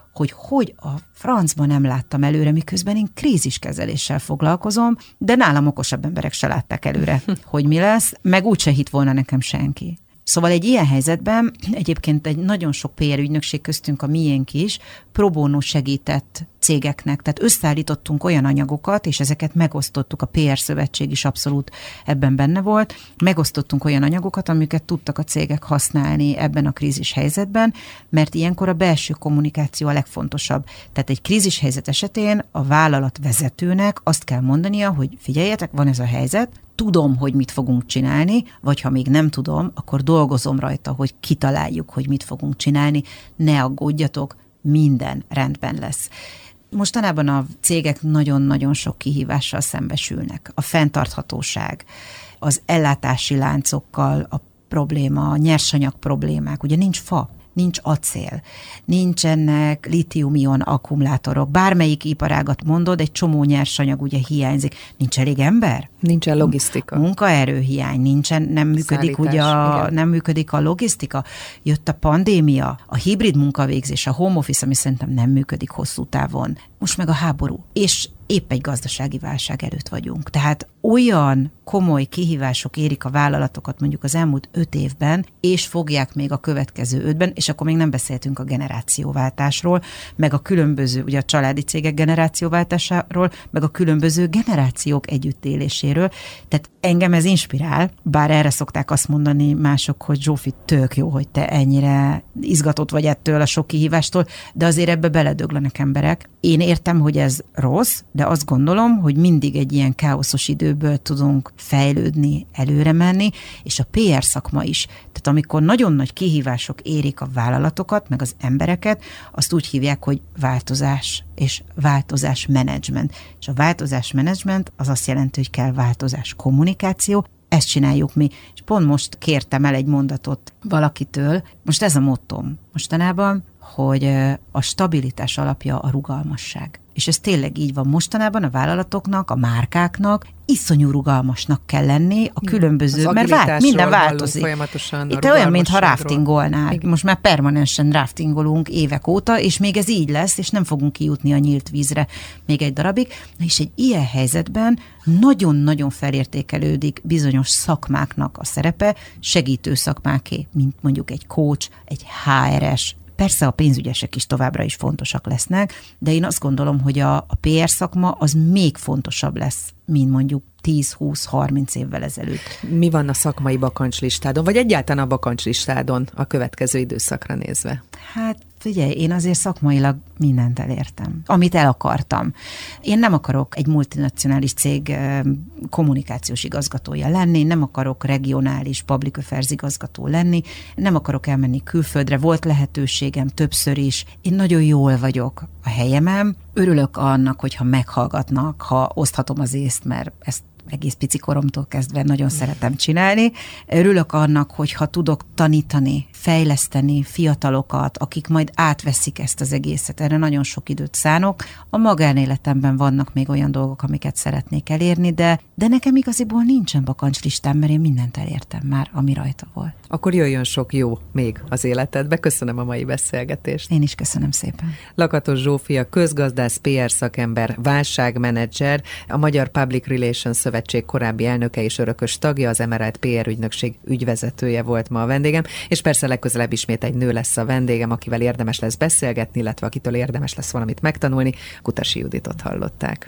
C: hogy a francban nem láttam előre, miközben én kríziskezeléssel foglalkozom, de nálam okosabb emberek se látták előre, hogy mi lesz, meg úgyse hitt volna nekem senki. Szóval egy ilyen helyzetben egyébként egy nagyon sok PR ügynökség, köztünk a miénk is, pro bono segített cégeknek. Tehát összeállítottunk olyan anyagokat, és ezeket megosztottuk, a PR szövetség is abszolút ebben benne volt, megosztottunk olyan anyagokat, amiket tudtak a cégek használni ebben a krízis helyzetben, mert ilyenkor a belső kommunikáció a legfontosabb. Tehát egy krízis helyzet esetén a vállalat vezetőnek azt kell mondania, hogy figyeljetek, van ez a helyzet, tudom, hogy mit fogunk csinálni, vagy ha még nem tudom, akkor dolgozom rajta, hogy kitaláljuk, hogy mit fogunk csinálni, ne aggódjatok, minden rendben lesz. Mostanában a cégek nagyon-nagyon sok kihívással szembesülnek. A fenntarthatóság, az ellátási láncokkal a probléma, a nyersanyag problémák, ugye nincs fa, nincs acél, nincsenek lítium-ion akkumulátorok, bármelyik iparágat mondod, egy csomó nyersanyag ugye hiányzik. Nincs elég ember?
B: Nincsen logisztika.
C: Munkaerőhiány, nem működik, nem működik a logisztika. Jött a pandémia, a hibrid munkavégzés, a home office, ami szerintem nem működik hosszú távon. Most meg a háború. És épp egy gazdasági válság előtt vagyunk. Tehát olyan komoly kihívások érik a vállalatokat mondjuk az elmúlt 5 évben, és fogják még a következő 5-ben, és akkor még nem beszéltünk a generációváltásról, meg a különböző, ugye a családi cégek generációváltásáról, meg a különböző generációk együttéléséről. Tehát engem ez inspirál, bár erre szokták azt mondani mások, hogy Zsófi, tök jó, hogy te ennyire izgatott vagy ettől a sok kihívástól, de azért ebbe beledöglenek emberek. Én értem, hogy ez rossz, de azt gondolom, hogy mindig egy ilyen káoszos időből tudunk fejlődni, előre menni, és a PR szakma is. Tehát amikor nagyon nagy kihívások érik a vállalatokat, meg az embereket, azt úgy hívják, hogy változás és változásmenedzsment. És a változásmenedzsment az azt jelenti, hogy kell változás kommunikáció, ezt csináljuk mi. És pont most kértem el egy mondatot valakitől, most ez a mottom mostanában, hogy a stabilitás alapja a rugalmasság. És ez tényleg így van mostanában a vállalatoknak, a márkáknak, iszonyú rugalmasnak kell lenni a különböző, mert minden változik. Itt olyan, mintha raftingolnál. Most már permanensen raftingolunk évek óta, és még ez így lesz, és nem fogunk kijutni a nyílt vízre még egy darabig. És egy ilyen helyzetben nagyon-nagyon felértékelődik bizonyos szakmáknak a szerepe, segítő szakmáké, mint mondjuk egy coach, egy HRS. Persze a pénzügyesek is továbbra is fontosak lesznek, de én azt gondolom, hogy a PR szakma az még fontosabb lesz, mint mondjuk 10-20-30 évvel ezelőtt.
B: Mi van a szakmai bakancslistádon, vagy egyáltalán a bakancslistádon a következő időszakra nézve?
C: Hát figyelj, én azért szakmailag mindent elértem, amit el akartam. Én nem akarok egy multinacionális cég kommunikációs igazgatója lenni, nem akarok regionális public affairs igazgató lenni, nem akarok elmenni külföldre, volt lehetőségem többször is. Én nagyon jól vagyok a helyemen, örülök annak, hogyha meghallgatnak, ha oszthatom az észt, mert ezt egész pici koromtól kezdve nagyon szeretem csinálni. Örülök annak, hogyha tudok tanítani, fejleszteni fiatalokat, akik majd átveszik ezt az egészet. Erre nagyon sok időt szánok. A magánéletemben vannak még olyan dolgok, amiket szeretnék elérni, de nekem igaziból nincsen bakancslistám, mert én mindent elértem már, ami rajta volt.
B: Akkor jöjjön sok jó még az életedbe. Köszönöm a mai beszélgetést.
C: Én is köszönöm szépen.
B: Lakatos Zsófia, közgazdász, PR szakember, válságmenedzser, a Magyar Public Relations Szövetség korábbi elnöke és örökös tagja, az Emerald PR ügynökség ügyvezetője volt ma a vendégem, és persze legközelebb ismét egy nő lesz a vendégem, akivel érdemes lesz beszélgetni, illetve akitől érdemes lesz valamit megtanulni. Kutasi Juditot hallották.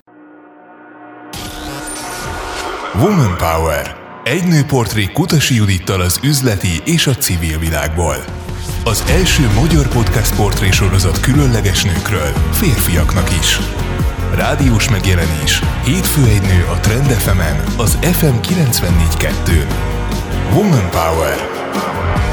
A: Woman Power. Egy nőportré Kutasi Judittal az üzleti és a civil világból. Az első magyar podcast portrésorozat különleges nőkről, férfiaknak is. Rádiós megjelenés. Hétfő egy nő a Trend FM-en, az FM 94.2-n. Woman Power.